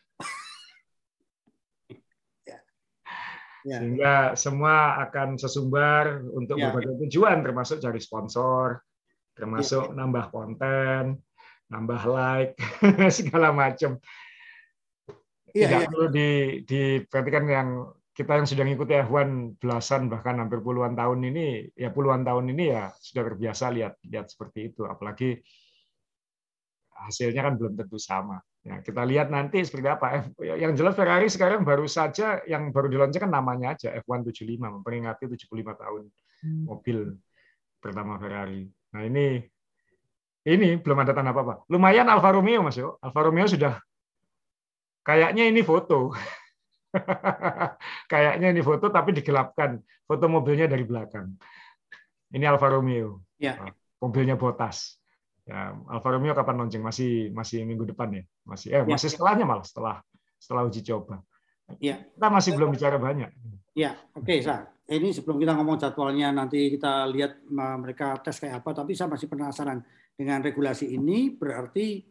Sehingga semua akan sesumbar untuk berbagai tujuan, termasuk cari sponsor, termasuk nambah konten, nambah like, segala macam. Tidak perlu diperhatikan kita yang sudah ngikuti F1 belasan bahkan hampir puluhan tahun ini ya sudah terbiasa lihat seperti itu. Apalagi hasilnya kan belum tentu sama. Ya, kita lihat nanti seperti apa. Yang jelas Ferrari sekarang baru saja yang baru diluncurkan namanya aja F1 75 memperingati 75 tahun mobil pertama Ferrari. Nah ini belum ada tanda apa-apa. Lumayan Alfa Romeo Mas Yo. Alfa Romeo sudah kayaknya ini foto. Kayaknya ini foto tapi digelapkan. Foto mobilnya dari belakang. Ini Alfa Romeo. Ya. Mobilnya Bottas. Ya, Alfa Romeo kapan launching? Masih minggu depan ya? Masih setelahnya malah setelah uji coba. Ya. Kita masih belum bicara banyak. Ya, oke, ini sebelum kita ngomong jadwalnya nanti kita lihat mereka tes kayak apa, tapi saya masih penasaran dengan regulasi ini berarti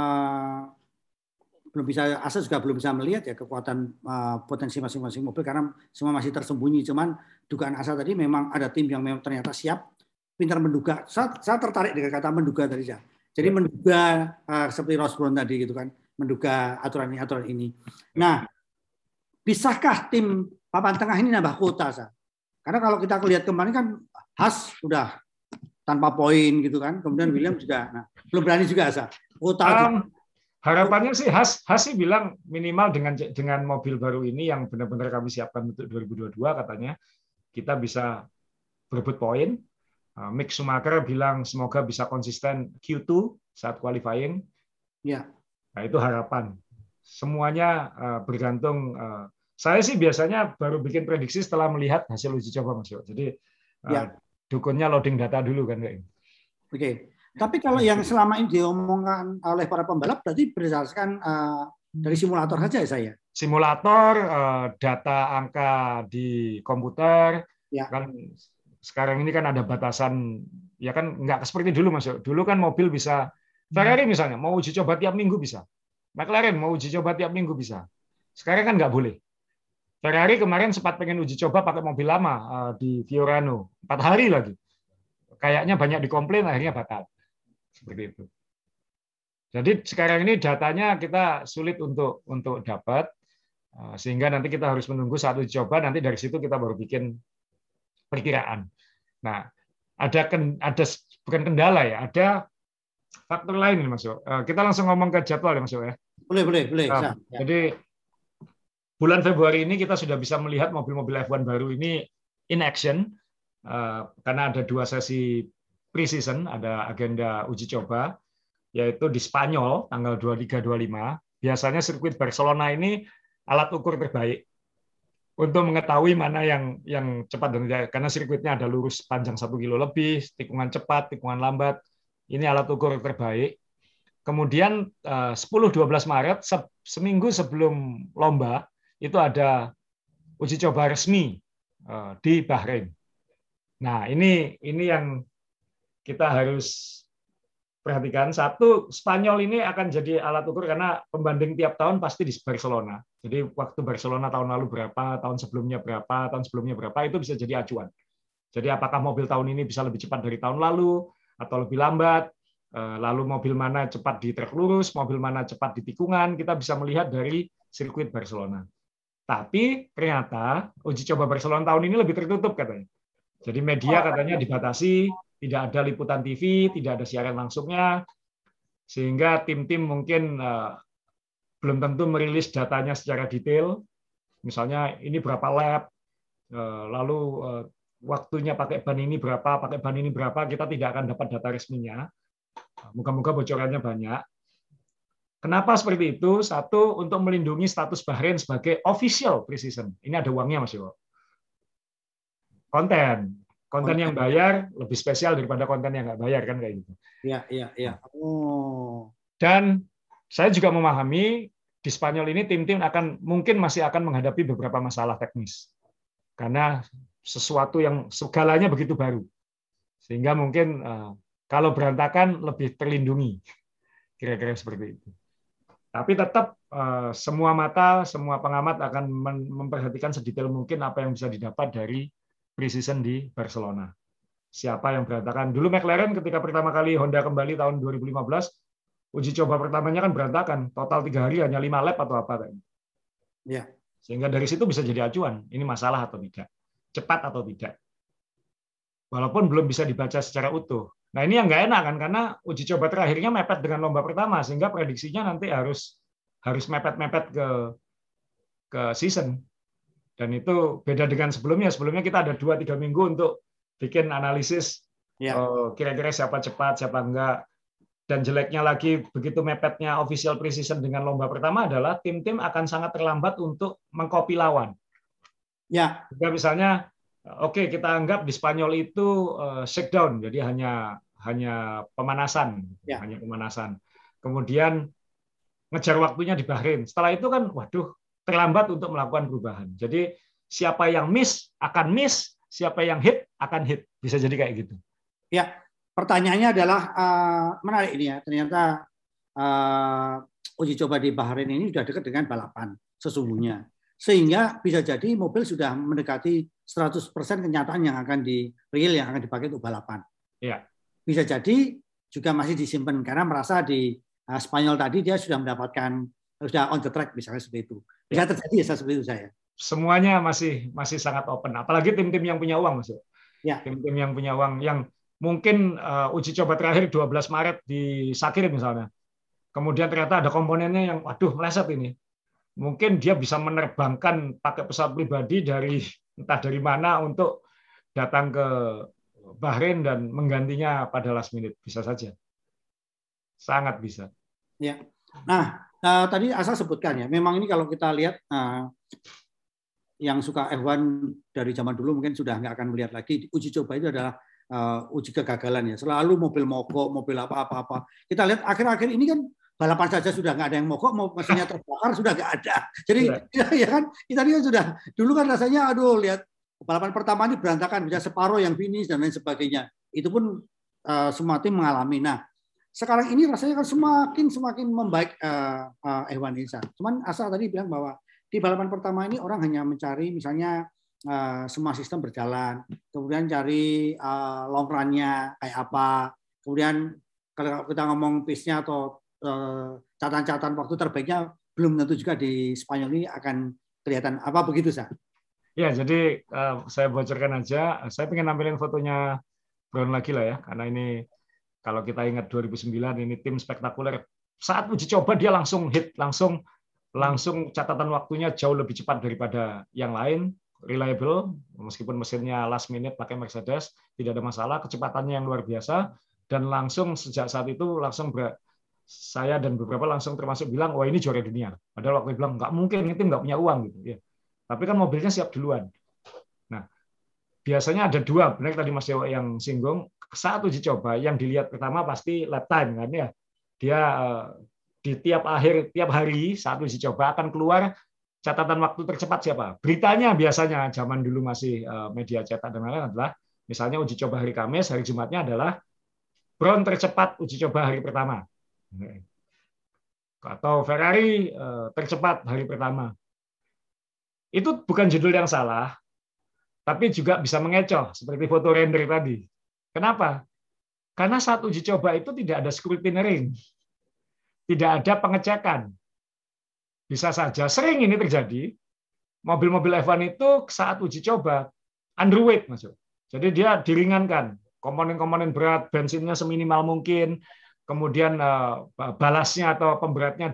Asa juga belum bisa melihat ya kekuatan potensi masing-masing mobil karena semua masih tersembunyi. Cuman dugaan Asa tadi memang ada tim yang memang ternyata siap, pintar menduga. Saya tertarik dengan kata menduga tadi ya. Jadi menduga seperti Ross Brown tadi gitu kan, menduga aturan ini. Nah, bisakah tim papan tengah ini nambah kuota, Sa? Karena kalau kita lihat kemarin kan Haas sudah tanpa poin gitu kan, kemudian Williams juga, belum berani juga, Sa. Kuota. Harapannya sih Haas sih bilang minimal dengan mobil baru ini yang benar-benar kami siapkan untuk 2022 katanya kita bisa berebut poin. Mick Schumacher bilang semoga bisa konsisten Q2 saat qualifying. Ya. Nah, itu harapan. Semuanya bergantung. Saya sih biasanya baru bikin prediksi setelah melihat hasil uji coba Mas Yo. Jadi dukunnya loading data dulu kan kayak. Oke. Tapi kalau yang selama ini diomongkan oleh para pembalap berarti berdasarkan dari simulator saja ya saya. Simulator, data angka di komputer, kan sekarang ini kan ada batasan, ya kan nggak seperti dulu Mas. Dulu kan mobil bisa, Ferrari misalnya mau uji coba tiap minggu bisa, McLaren mau uji coba tiap minggu bisa. Sekarang kan nggak boleh. Ferrari kemarin sempat pengen uji coba pakai mobil lama di Fiorano, 4 hari lagi. Kayaknya banyak dikomplain, akhirnya batal. Seperti itu. Jadi sekarang ini datanya kita sulit untuk dapat, sehingga nanti kita harus menunggu saat uji coba, nanti dari situ kita baru bikin perkiraan. Nah, ada bukan kendala ya, ada faktor lain nih Mas Yo. Kita langsung ngomong ke jadwal ya Mas Yo ya. Boleh. Nah, jadi bulan Februari ini kita sudah bisa melihat mobil-mobil F1 baru ini in action, karena ada 2 sesi pre-season, ada agenda uji coba, yaitu di Spanyol tanggal 23-25. Biasanya sirkuit Barcelona ini alat ukur terbaik untuk mengetahui mana yang cepat dan tidak, karena sirkuitnya ada lurus panjang 1 kilo lebih, tikungan cepat, tikungan lambat. Ini alat ukur terbaik. Kemudian 10-12 Maret, seminggu sebelum lomba, itu ada uji coba resmi di Bahrain. Nah, ini yang kita harus perhatikan. Satu, Spanyol ini akan jadi alat ukur karena pembanding tiap tahun pasti di Barcelona. Jadi waktu Barcelona tahun lalu berapa, tahun sebelumnya berapa, itu bisa jadi acuan. Jadi apakah mobil tahun ini bisa lebih cepat dari tahun lalu, atau lebih lambat, lalu mobil mana cepat di trek lurus, mobil mana cepat di tikungan, kita bisa melihat dari sirkuit Barcelona. Tapi ternyata uji coba Barcelona tahun ini lebih tertutup katanya. Jadi media katanya dibatasi, tidak ada liputan TV, tidak ada siaran langsungnya, sehingga tim-tim mungkin belum tentu merilis datanya secara detail. Misalnya ini berapa lap, lalu waktunya pakai ban ini berapa, kita tidak akan dapat data resminya. Moga-moga bocorannya banyak. Kenapa seperti itu? Satu, untuk melindungi status Bahrain sebagai official pre-season. Ini ada uangnya, Mas Yo. Konten yang bayar lebih spesial daripada konten yang nggak bayar, kan kayak gitu. Iya. Oh. Dan saya juga memahami di Spanyol ini tim-tim mungkin masih akan menghadapi beberapa masalah teknis. Karena sesuatu yang segalanya begitu baru. Sehingga mungkin kalau berantakan lebih terlindungi. Kira-kira seperti itu. Tapi tetap semua mata, semua pengamat akan memperhatikan sedetail mungkin apa yang bisa didapat dari pre-season di Barcelona. Siapa yang berantakan. Dulu McLaren ketika pertama kali Honda kembali tahun 2015, uji coba pertamanya kan berantakan. Total 3 hari hanya 5 lap atau apa. Ya. Sehingga dari situ bisa jadi acuan. Ini masalah atau tidak. Cepat atau tidak. Walaupun belum bisa dibaca secara utuh. Nah ini yang nggak enak kan, karena uji coba terakhirnya mepet dengan lomba pertama, sehingga prediksinya nanti harus mepet-mepet ke season. Dan itu beda dengan sebelumnya. Sebelumnya kita ada 2-3 minggu untuk bikin analisis, kira-kira siapa cepat, siapa enggak. Dan jeleknya lagi, begitu mepetnya official pre-season dengan lomba pertama adalah tim-tim akan sangat terlambat untuk mengcopy lawan. Ya. Juga misalnya, oke, kita anggap di Spanyol itu shakedown, jadi hanya pemanasan, hanya pemanasan. Kemudian ngejar waktunya di Bahrain. Setelah itu kan, waduh, terlambat untuk melakukan perubahan. Jadi siapa yang miss akan miss, siapa yang hit akan hit. Bisa jadi kayak gitu. Ya, pertanyaannya adalah menarik ini ya. Ternyata uji coba di Bahrain ini sudah dekat dengan balapan sesungguhnya. Sehingga bisa jadi mobil sudah mendekati 100% kenyataan yang akan yang akan dipakai untuk balapan. Ya. Bisa jadi juga masih disimpan karena merasa di Spanyol tadi dia sudah on the track misalnya seperti itu. Bisa terjadi ya seperti itu saya. Semuanya masih sangat open. Apalagi tim-tim yang punya uang, Mas. Ya. Tim-tim yang punya uang yang mungkin uji coba terakhir 12 Maret di Sakir misalnya. Kemudian ternyata ada komponennya yang waduh meleset ini. Mungkin dia bisa menerbangkan pakai pesawat pribadi entah dari mana untuk datang ke Bahrain dan menggantinya pada last minute. Bisa saja. Sangat bisa. Ya. Nah, tadi Asa sebutkan ya, memang ini kalau kita lihat yang suka F1 dari zaman dulu mungkin sudah nggak akan melihat lagi. Uji coba itu adalah uji kegagalan ya. Selalu mobil mogok, mobil apa-apa. Kita lihat akhir-akhir ini kan balapan saja sudah nggak ada yang mogok, mesinnya terbakar sudah nggak ada. Jadi ya kan kita lihat sudah dulu kan rasanya aduh lihat balapan pertama ini berantakan, bisa separuh yang finish dan lain sebagainya. Itu pun semua tim mengalami. Nah, sekarang ini rasanya kan semakin membaik F1 Indonesia. Cuman Asa tadi bilang bahwa di balapan pertama ini orang hanya mencari misalnya semua sistem berjalan, kemudian cari long run-nya kayak apa, kemudian kalau kita ngomong pace-nya atau catatan waktu terbaiknya belum tentu juga di Spanyol ini akan kelihatan apa begitu, Sa? Ya, jadi saya bocorkan aja, saya pengen nampilin fotonya Brown lagi lah ya, karena ini kalau kita ingat 2009 ini tim spektakuler. Saat uji coba dia langsung hit, langsung catatan waktunya jauh lebih cepat daripada yang lain, reliable, meskipun mesinnya last minute pakai Mercedes, tidak ada masalah, kecepatannya yang luar biasa, dan langsung sejak saat itu langsung saya dan beberapa langsung termasuk bilang, wah ini juara dunia. Padahal waktu bilang nggak mungkin, ini tim nggak punya uang gitu. Ya. Tapi kan mobilnya siap duluan. Nah, biasanya ada dua, benar tadi Mas Dewa yang singgung, saat uji coba yang dilihat pertama pasti lap time kan ya. Dia di tiap hari saat uji coba akan keluar catatan waktu tercepat siapa. Beritanya biasanya zaman dulu masih media cetak dan lain-lain adalah misalnya uji coba hari Kamis, hari Jumatnya adalah Brown tercepat uji coba hari pertama. Atau Ferrari tercepat hari pertama. Itu bukan judul yang salah, tapi juga bisa mengecoh, seperti foto render tadi. Kenapa? Karena saat uji coba itu tidak ada scrutinering, tidak ada pengecekan. Bisa saja, sering ini terjadi, mobil-mobil F1 itu saat uji coba, underweight masuk. Jadi dia diringankan, komponen-komponen berat, bensinnya seminimal mungkin, kemudian balasnya atau pemberatnya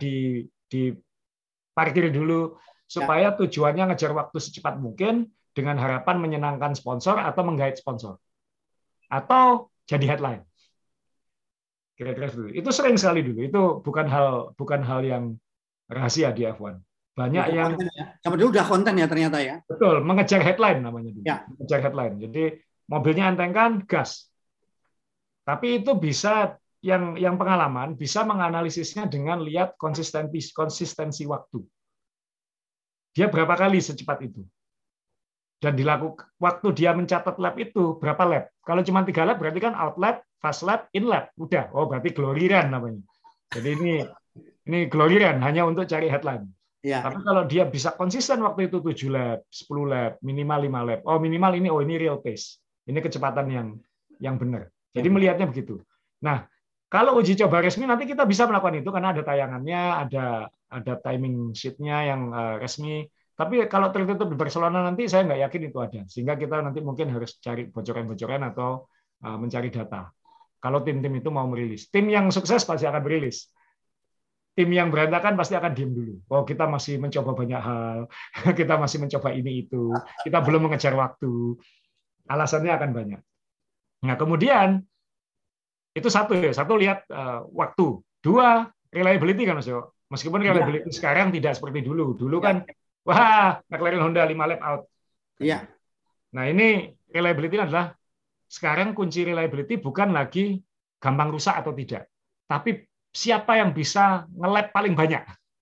diparkir dulu, supaya tujuannya ngejar waktu secepat mungkin dengan harapan menyenangkan sponsor atau menggait sponsor. Atau jadi headline. Kira-kira itu sering sekali dulu. Itu bukan hal yang rahasia di F1. Banyak udah yang ya. Sama dulu udah konten ya ternyata ya. Betul, mengejar headline namanya dulu. Ya. Mengejar headline. Jadi mobilnya entengkan, gas. Tapi itu bisa yang pengalaman bisa menganalisisnya dengan lihat konsistensi waktu. Dia berapa kali secepat itu? Dan dilakukan waktu dia mencatat lap itu berapa lap? Kalau cuma 3 lap berarti kan out lap, fast lap, in lap. Udah, oh berarti glory run namanya. Jadi ini glory run hanya untuk cari headline. Ya. Tapi kalau dia bisa konsisten waktu itu 7 lap, 10 lap, minimal 5 lap. Oh minimal ini real pace. Ini kecepatan yang benar. Jadi melihatnya begitu. Nah, kalau uji coba resmi nanti kita bisa melakukan itu karena ada tayangannya, ada timing sheet-nya yang resmi. Tapi kalau tertutup di Barcelona nanti saya nggak yakin itu ada. Sehingga kita nanti mungkin harus cari bocoran-bocoran atau mencari data. Kalau tim-tim itu mau merilis. Tim yang sukses pasti akan merilis. Tim yang berantakan pasti akan diam dulu. Oh, kita masih mencoba banyak hal. Kita masih mencoba ini itu. Kita belum mengejar waktu. Alasannya akan banyak. Nah, kemudian itu satu lihat waktu. 2, reliability kan Mas Yo. Meskipun reliability sekarang tidak seperti dulu. Dulu kan wah, McLaren Honda 5 lap out. Iya. Nah, ini reliability adalah sekarang kunci reliability bukan lagi gampang rusak atau tidak, tapi siapa yang bisa nge-lap paling banyak.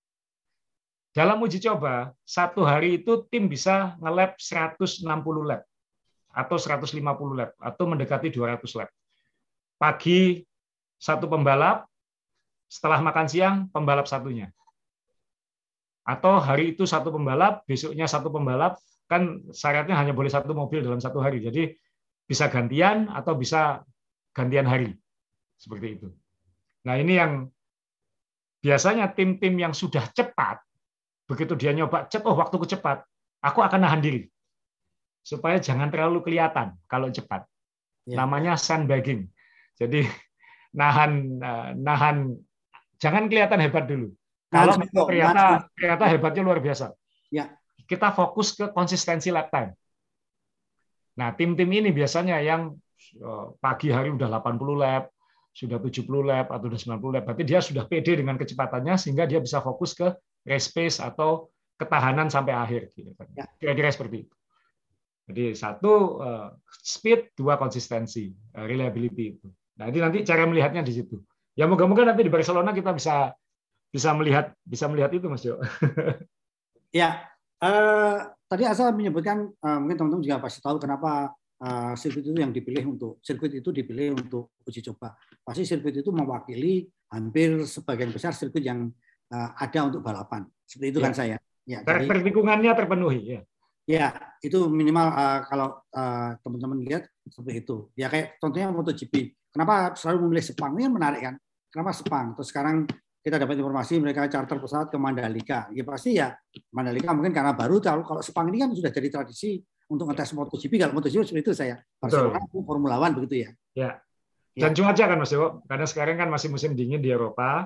Dalam uji coba, 1 hari itu tim bisa nge-lap 160 lap atau 150 lap atau mendekati 200 lap. Pagi 1 pembalap, setelah makan siang pembalap satunya. Atau hari itu 1 pembalap, besoknya 1 pembalap, kan syaratnya hanya boleh 1 mobil dalam 1 hari. Jadi bisa gantian atau bisa gantian hari. Seperti itu. Nah ini yang biasanya tim-tim yang sudah cepat, begitu dia nyoba, waktuku cepat, aku akan nahan diri. Supaya jangan terlalu kelihatan kalau cepat. Namanya sandbagging. Jadi nahan jangan kelihatan hebat dulu. Kalau ternyata hebatnya luar biasa. Ya. Kita fokus ke konsistensi lap time. Nah, tim-tim ini biasanya yang pagi hari udah 80 lap, sudah 70 lap atau udah 90 lap. Berarti dia sudah pede dengan kecepatannya sehingga dia bisa fokus ke race pace atau ketahanan sampai akhir. Kira-kira seperti itu. Jadi 1 speed, 2 konsistensi, reliability itu. Nah, ini nanti cara melihatnya di situ. Ya moga-moga nanti di Barcelona kita bisa melihat itu Mas Jo. Ya, Tadi Asa menyebutkan mungkin teman-teman juga pasti tahu kenapa sirkuit itu dipilih untuk uji coba. Pasti sirkuit itu mewakili hampir sebagian besar sirkuit yang ada untuk balapan. Seperti itu kan saya. Ya, karakter lingkungannya terpenuhi ya. Ya, itu minimal kalau teman-teman lihat seperti itu. Ya kayak contohnya MotoGP. Kenapa selalu memilih Sepang? Ini menarik kan? Kenapa Sepang? Terus sekarang kita dapat informasi mereka charter pesawat ke Mandalika. Ya pasti ya Mandalika mungkin karena baru. Kalau Sepang ini kan sudah jadi tradisi untuk ngetes MotoGP. Kalau MotoGP seperti itu saya. Barcelona Formula One begitu ya. Ya. Dan cuaca kan Mas Dewo, karena sekarang kan masih musim dingin di Eropa.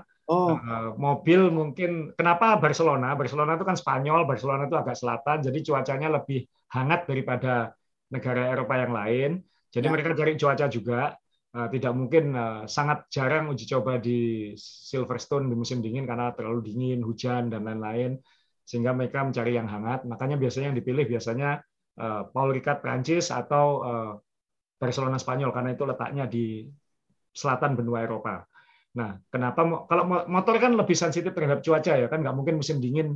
Mobil mungkin kenapa Barcelona? Barcelona itu kan Spanyol, Barcelona itu agak selatan, jadi cuacanya lebih hangat daripada negara Eropa yang lain. Jadi mereka cari cuaca juga. Tidak mungkin, sangat jarang uji coba di Silverstone di musim dingin karena terlalu dingin, hujan dan lain-lain. Sehingga mereka mencari yang hangat. Makanya biasanya yang dipilih biasanya Paul Ricard Prancis atau Barcelona Spanyol karena itu letaknya di selatan benua Eropa. Nah, kenapa kalau motor kan lebih sensitif terhadap cuaca ya kan, nggak mungkin musim dingin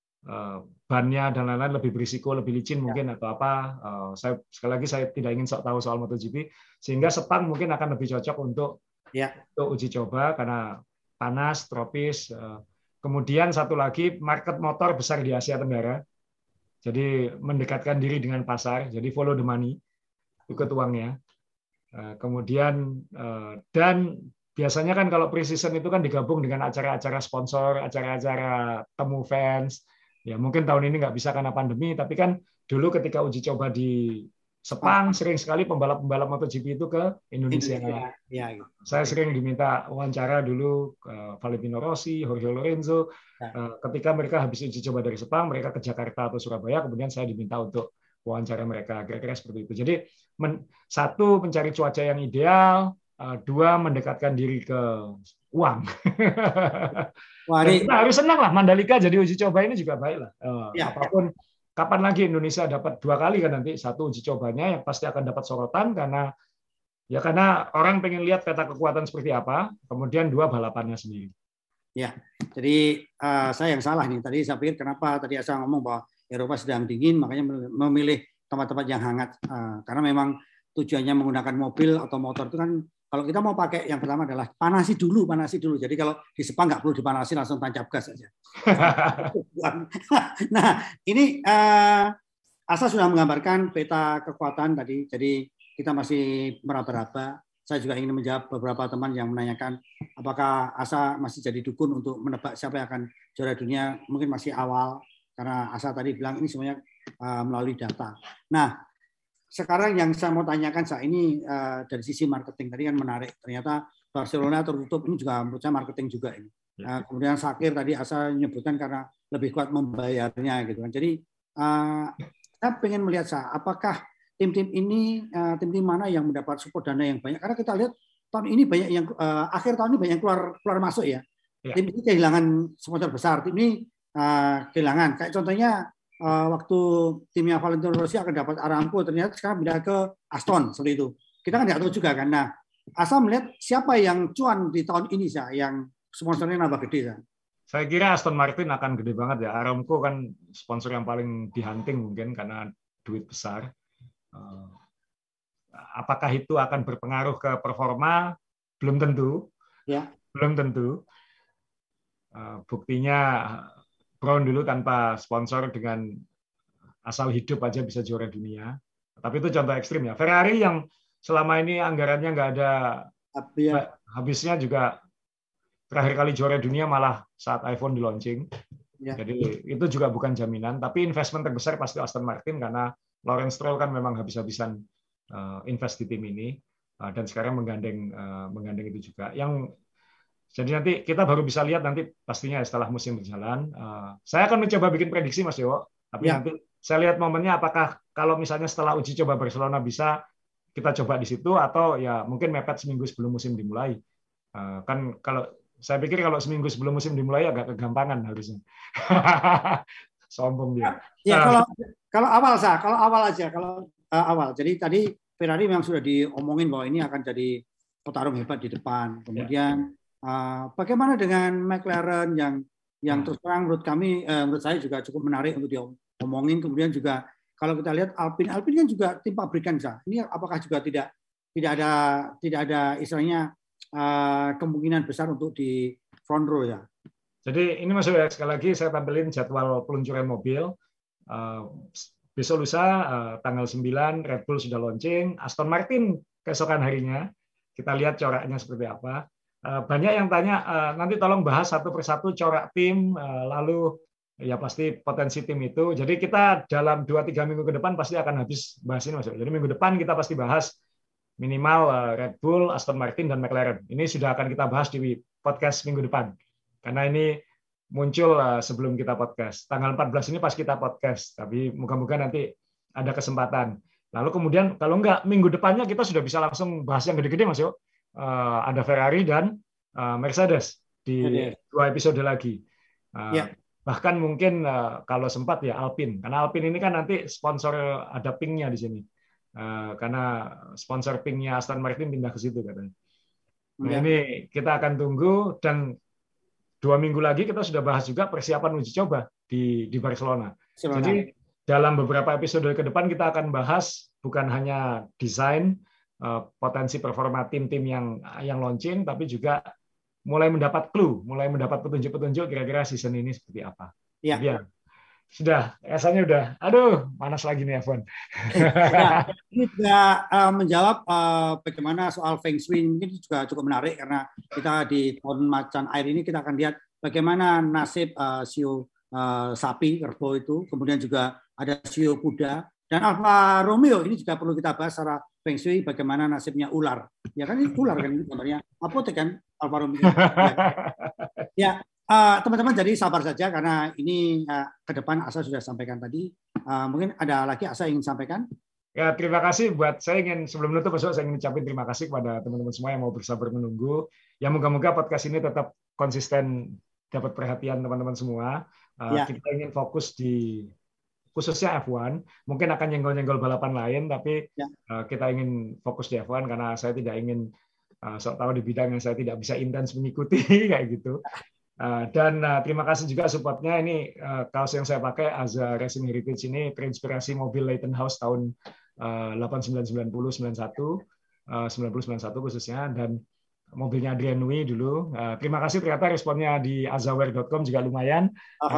bannya dan lain-lain lebih berisiko, lebih licin mungkin atau apa. Sekali lagi saya tidak ingin sok tahu soal MotoGP, sehingga Sepang mungkin akan lebih cocok untuk uji coba karena panas, tropis. Kemudian satu lagi market motor besar di Asia Tenggara, jadi mendekatkan diri dengan pasar, jadi follow the money, ikut uangnya. Kemudian dan biasanya kan kalau pre-season itu kan digabung dengan acara-acara sponsor, acara-acara temu fans. Ya mungkin tahun ini nggak bisa karena pandemi, tapi kan dulu ketika uji coba di Sepang sering sekali pembalap-pembalap MotoGP itu ke Indonesia. Gitu. Saya sering diminta wawancara dulu Valentino Rossi, Jorge Lorenzo. Ketika mereka habis uji coba dari Sepang, mereka ke Jakarta atau Surabaya, kemudian saya diminta untuk wawancara mereka. Kira-kira seperti itu. Jadi satu, mencari cuaca yang ideal. Dua, mendekatkan diri ke uang. Dan kita harus senang lah, Mandalika jadi uji coba ini juga baik lah. Apapun, kapan lagi Indonesia dapat 2 kali kan nanti, satu uji cobanya yang pasti akan dapat sorotan karena orang pengen lihat peta kekuatan seperti apa, kemudian 2 balapannya sendiri. Ya, jadi saya yang salah nih. Tadi saya pikir kenapa tadi saya ngomong bahwa Eropa sedang dingin, makanya memilih tempat-tempat yang hangat. Karena memang tujuannya menggunakan mobil atau motor itu kan, kalau kita mau pakai yang pertama adalah panasi dulu. Jadi kalau di Sepang nggak perlu dipanasi, langsung tancap gas saja. Nah, ini Asa sudah menggambarkan peta kekuatan tadi. Jadi kita masih meraba-raba. Saya juga ingin menjawab beberapa teman yang menanyakan apakah Asa masih jadi dukun untuk menebak siapa yang akan juara dunia. Mungkin masih awal karena Asa tadi bilang ini semuanya melalui data. Nah, sekarang yang saya mau tanyakan saat ini dari sisi marketing tadi kan menarik. Ternyata Barcelona tertutup, ini juga menurut saya marketing juga ini. Kemudian Shakir tadi Asa menyebutkan karena lebih kuat membayarnya gitu kan. Jadi saya pengen melihat apakah tim-tim ini tim-tim mana yang mendapat support dana yang banyak, karena kita lihat tahun ini banyak yang akhir tahun ini banyak yang keluar masuk ya. Tim ini kehilangan sponsor besar, tim ini kehilangan. Kayak contohnya waktu timnya Valentino Rossi akan dapat Aramco, ternyata sekarang pindah ke Aston seperti itu. Kita kan nggak tahu juga kan. Nah, Asa melihat siapa yang cuan di tahun ini yang sponsornya nambah gede. Saya kira Aston Martin akan gede banget ya. Aramco kan sponsor yang paling dihunting mungkin karena duit besar. Apakah itu akan berpengaruh ke performa? Belum tentu. Ya. Belum tentu. Buktinya Brown dulu tanpa sponsor dengan asal hidup aja bisa juara dunia. Tapi itu contoh ekstrim ya. Ferrari yang selama ini anggarannya nggak ada habisnya juga terakhir kali juara dunia malah saat iPhone di launching. Ya. Jadi itu juga bukan jaminan. Tapi investment terbesar pasti Aston Martin karena Lawrence Stroll kan memang habis-habisan invest di tim ini dan sekarang menggandeng itu juga. Jadi nanti kita baru bisa lihat nanti pastinya setelah musim berjalan. Saya akan mencoba bikin prediksi Mas Dewo, tapi nanti saya lihat momennya apakah kalau misalnya setelah uji coba Barcelona bisa kita coba di situ atau ya mungkin mepet seminggu sebelum musim dimulai. Kan kalau saya pikir kalau seminggu sebelum musim dimulai agak kegampangan harusnya. Sombong dia. Ya kalau awal aja. Jadi tadi Ferrari memang sudah diomongin bahwa ini akan jadi petarung hebat di depan. Kemudian bagaimana dengan McLaren yang terus terang menurut saya juga cukup menarik untuk omongin. Kemudian juga kalau kita lihat Alpine kan juga tim pabrikan, Sa. Ini apakah juga tidak ada istilahnya kemungkinan besar untuk di front row ya? Jadi ini Mas ya, sekali lagi saya tampilin jadwal peluncuran mobil. Besok lusa tanggal 9 Red Bull sudah launching, Aston Martin keesokan harinya. Kita lihat coraknya seperti apa. Banyak yang tanya, nanti tolong bahas satu persatu corak tim, lalu ya pasti potensi tim itu. Jadi kita dalam 2-3 minggu ke depan pasti akan habis bahas ini Mas. Jadi minggu depan kita pasti bahas minimal Red Bull, Aston Martin, dan McLaren. Ini sudah akan kita bahas di podcast minggu depan. Karena ini muncul sebelum kita podcast. Tanggal 14 ini pas kita podcast. Tapi moga-moga nanti ada kesempatan. Lalu kemudian kalau enggak, minggu depannya kita sudah bisa langsung bahas yang gede-gede Mas Yo. Ada Ferrari dan Mercedes di 2 episode lagi. Bahkan mungkin kalau sempat ya Alpine, karena Alpine ini kan nanti sponsor ada pink-nya di sini, karena sponsor pink-nya Aston Martin pindah ke situ katanya. Nah ini kita akan tunggu, dan 2 minggu lagi kita sudah bahas juga persiapan uji coba di Barcelona. Jadi dalam beberapa episode ke depan kita akan bahas bukan hanya desain, potensi performa tim-tim yang launching, tapi juga mulai mendapat clue, mulai mendapat petunjuk-petunjuk kira-kira season ini seperti apa. Ya. Sudah, rasanya udah, aduh, panas lagi nih F1. Ini juga menjawab bagaimana soal Feng Shui, mungkin juga cukup menarik, karena kita di tahun macan air ini kita akan lihat bagaimana nasib Shio sapi, kerbau itu, kemudian juga ada Shio kuda, dan Alfa Romeo ini juga perlu kita bahas secara Feng Shui, bagaimana nasibnya ular. Ya kan ini ular kan, ini gambarnya apotek kan, Alfa Romeo. Ya, teman-teman jadi sabar saja karena ini ke depan Asa sudah sampaikan tadi. Mungkin ada lagi Asa ingin sampaikan? Ya, terima kasih buat saya ingin sebelum menutup besok saya ingin ucapin terima kasih kepada teman-teman semua yang mau bersabar menunggu. Ya moga-moga podcast ini tetap konsisten dapat perhatian teman-teman semua. Kita ingin fokus di khususnya F1, mungkin akan nyenggol-nyenggol balapan lain, tapi kita ingin fokus di F1 karena saya tidak ingin sok tahu di bidang yang saya tidak bisa intens mengikuti kayak gitu. Dan terima kasih juga supportnya. Ini kaos yang saya pakai Aza Racing Heritage ini terinspirasi mobil Leighton House tahun 8990 91 khususnya, dan mobilnya Adrian Newey dulu. Terima kasih, ternyata responnya di azaware.com juga lumayan.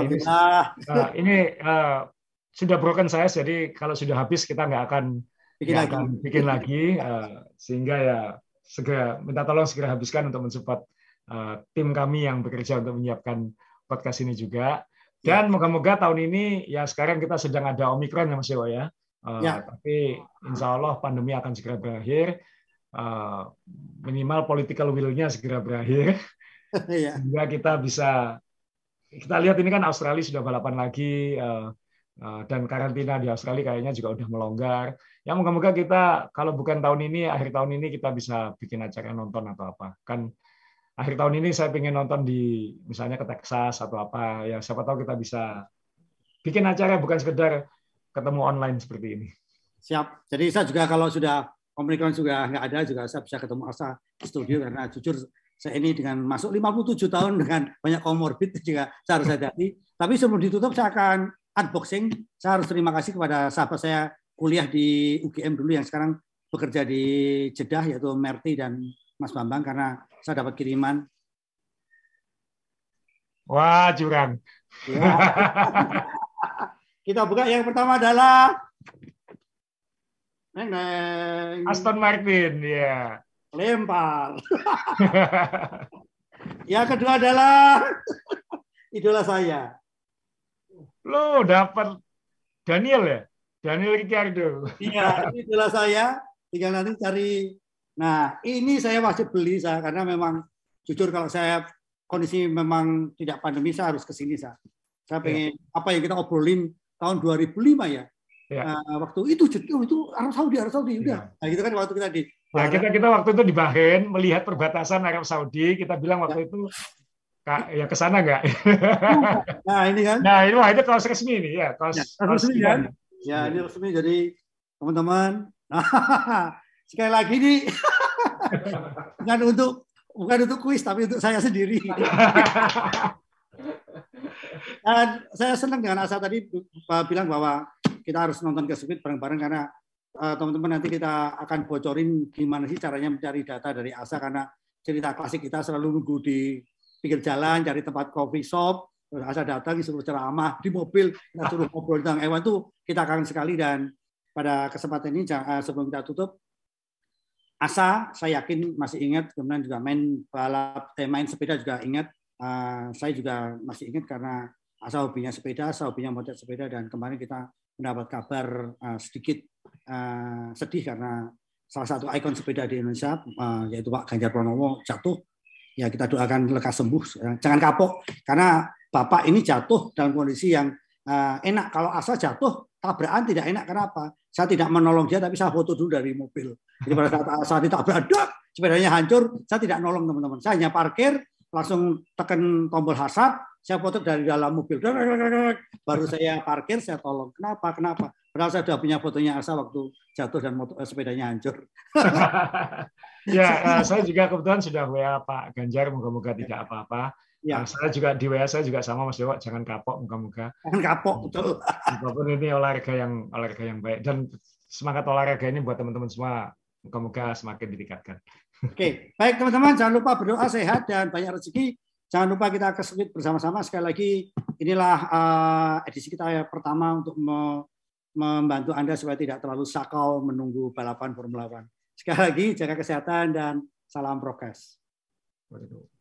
Ini sudah broken size, jadi kalau sudah habis kita nggak akan bikin lagi, sehingga ya segera minta tolong segera habiskan untuk mensupport tim kami yang bekerja untuk menyiapkan podcast ini juga. Dan moga-moga tahun ini ya sekarang kita sedang ada Omikron ya Mas Dewa ya. Tapi insya Allah pandemi akan segera berakhir, minimal political will-nya segera berakhir, sehingga kita lihat ini kan Australia sudah balapan lagi, dan karantina di Australia kayaknya juga udah melonggar. Ya moga-moga kita kalau bukan tahun ini, akhir tahun ini kita bisa bikin acara nonton atau apa. Kan akhir tahun ini saya pengen nonton di misalnya ke Texas atau apa, ya siapa tahu kita bisa bikin acara bukan sekedar ketemu online seperti ini. Siap. Jadi saya juga kalau sudah Omikron juga nggak ada, juga saya bisa ketemu Asa di studio, karena jujur saya ini dengan masuk 57 tahun dengan banyak komorbid juga saya harus hati-hati. Tapi sebelum ditutup saya akan unboxing. Saya harus terima kasih kepada sahabat saya kuliah di UGM dulu yang sekarang bekerja di Jeddah, yaitu Merti dan Mas Bambang, karena saya dapat kiriman. Wah, curang. Ya. Kita buka, yang pertama adalah Aston Martin, ya. Lempar. Yang kedua adalah idola saya. Lo dapat Daniel ya? Daniel Ricciardo. Iya, ini idola saya. Tinggal nanti cari. Nah, ini saya wajib beli, karena memang jujur kalau saya kondisi memang tidak pandemi, saya harus ke sini. Saya pengen apa yang kita obrolin tahun 2005 ya. Waktu itu Arab Saudi udah. Nah, gitu kan waktu kita di kita waktu itu di Bahrain melihat perbatasan Arab Saudi, kita bilang waktu itu ya ke sana nggak? Nah, ini kan. Nah, itu kaos resmi nih ya, kaos resmi kan. Ya, ini resmi, jadi teman-teman. Sekali lagi nih, bukan untuk kuis, tapi untuk saya sendiri. Dan saya senang dengan Asa tadi bilang bahwa kita harus nonton ke sirkuit bareng-bareng karena teman-teman nanti kita akan bocorin gimana sih caranya mencari data dari ASA karena cerita klasik kita selalu nunggu di pinggir jalan, cari tempat coffee shop, terus ASA datang disuruh ceramah di mobil, kita suruh ngobrol tentang hewan tuh kita kangen sekali. Dan pada kesempatan ini sebelum kita tutup, ASA saya yakin masih ingat, kemudian juga main sepeda juga ingat. Saya juga masih ingat karena ASA hobinya sepeda, ASA hobinya motret sepeda, dan kemarin kita mendapat kabar sedikit sedih karena salah satu ikon sepeda di Indonesia yaitu Pak Ganjar Pranowo jatuh. Ya kita doakan lekas sembuh, jangan kapok karena Bapak ini jatuh dalam kondisi yang enak. Kalau ASA jatuh tabrakan tidak enak, kenapa? Saya tidak menolong dia tapi saya foto dulu dari mobil. Jadi pada saat ditabrak, sepedanya hancur, saya tidak nolong teman-teman. Saya hanya parkir, langsung tekan tombol hazard, saya foto dari dalam mobil. Baru saya parkir, saya tolong. Kenapa? Padahal saya sudah punya fotonya ASA waktu jatuh dan sepedanya hancur. Ya, saya juga kebetulan sudah WA Pak Ganjar, moga-moga tidak apa-apa. Ya. Saya juga di WA saya juga sama Mas Dewa, jangan kapok, moga-moga. Jangan kapok, betul. Walaupun ini olahraga yang baik, dan semangat olahraga ini buat teman-teman semua, moga-moga semakin ditingkatkan. Oke, baik teman-teman, jangan lupa berdoa sehat dan banyak rezeki. Jangan lupa kita ke sirkuit bersama-sama. Sekali lagi, inilah edisi kita pertama untuk membantu Anda supaya tidak terlalu sakau menunggu balapan Formula One. Sekali lagi, jaga kesehatan dan salam prokes.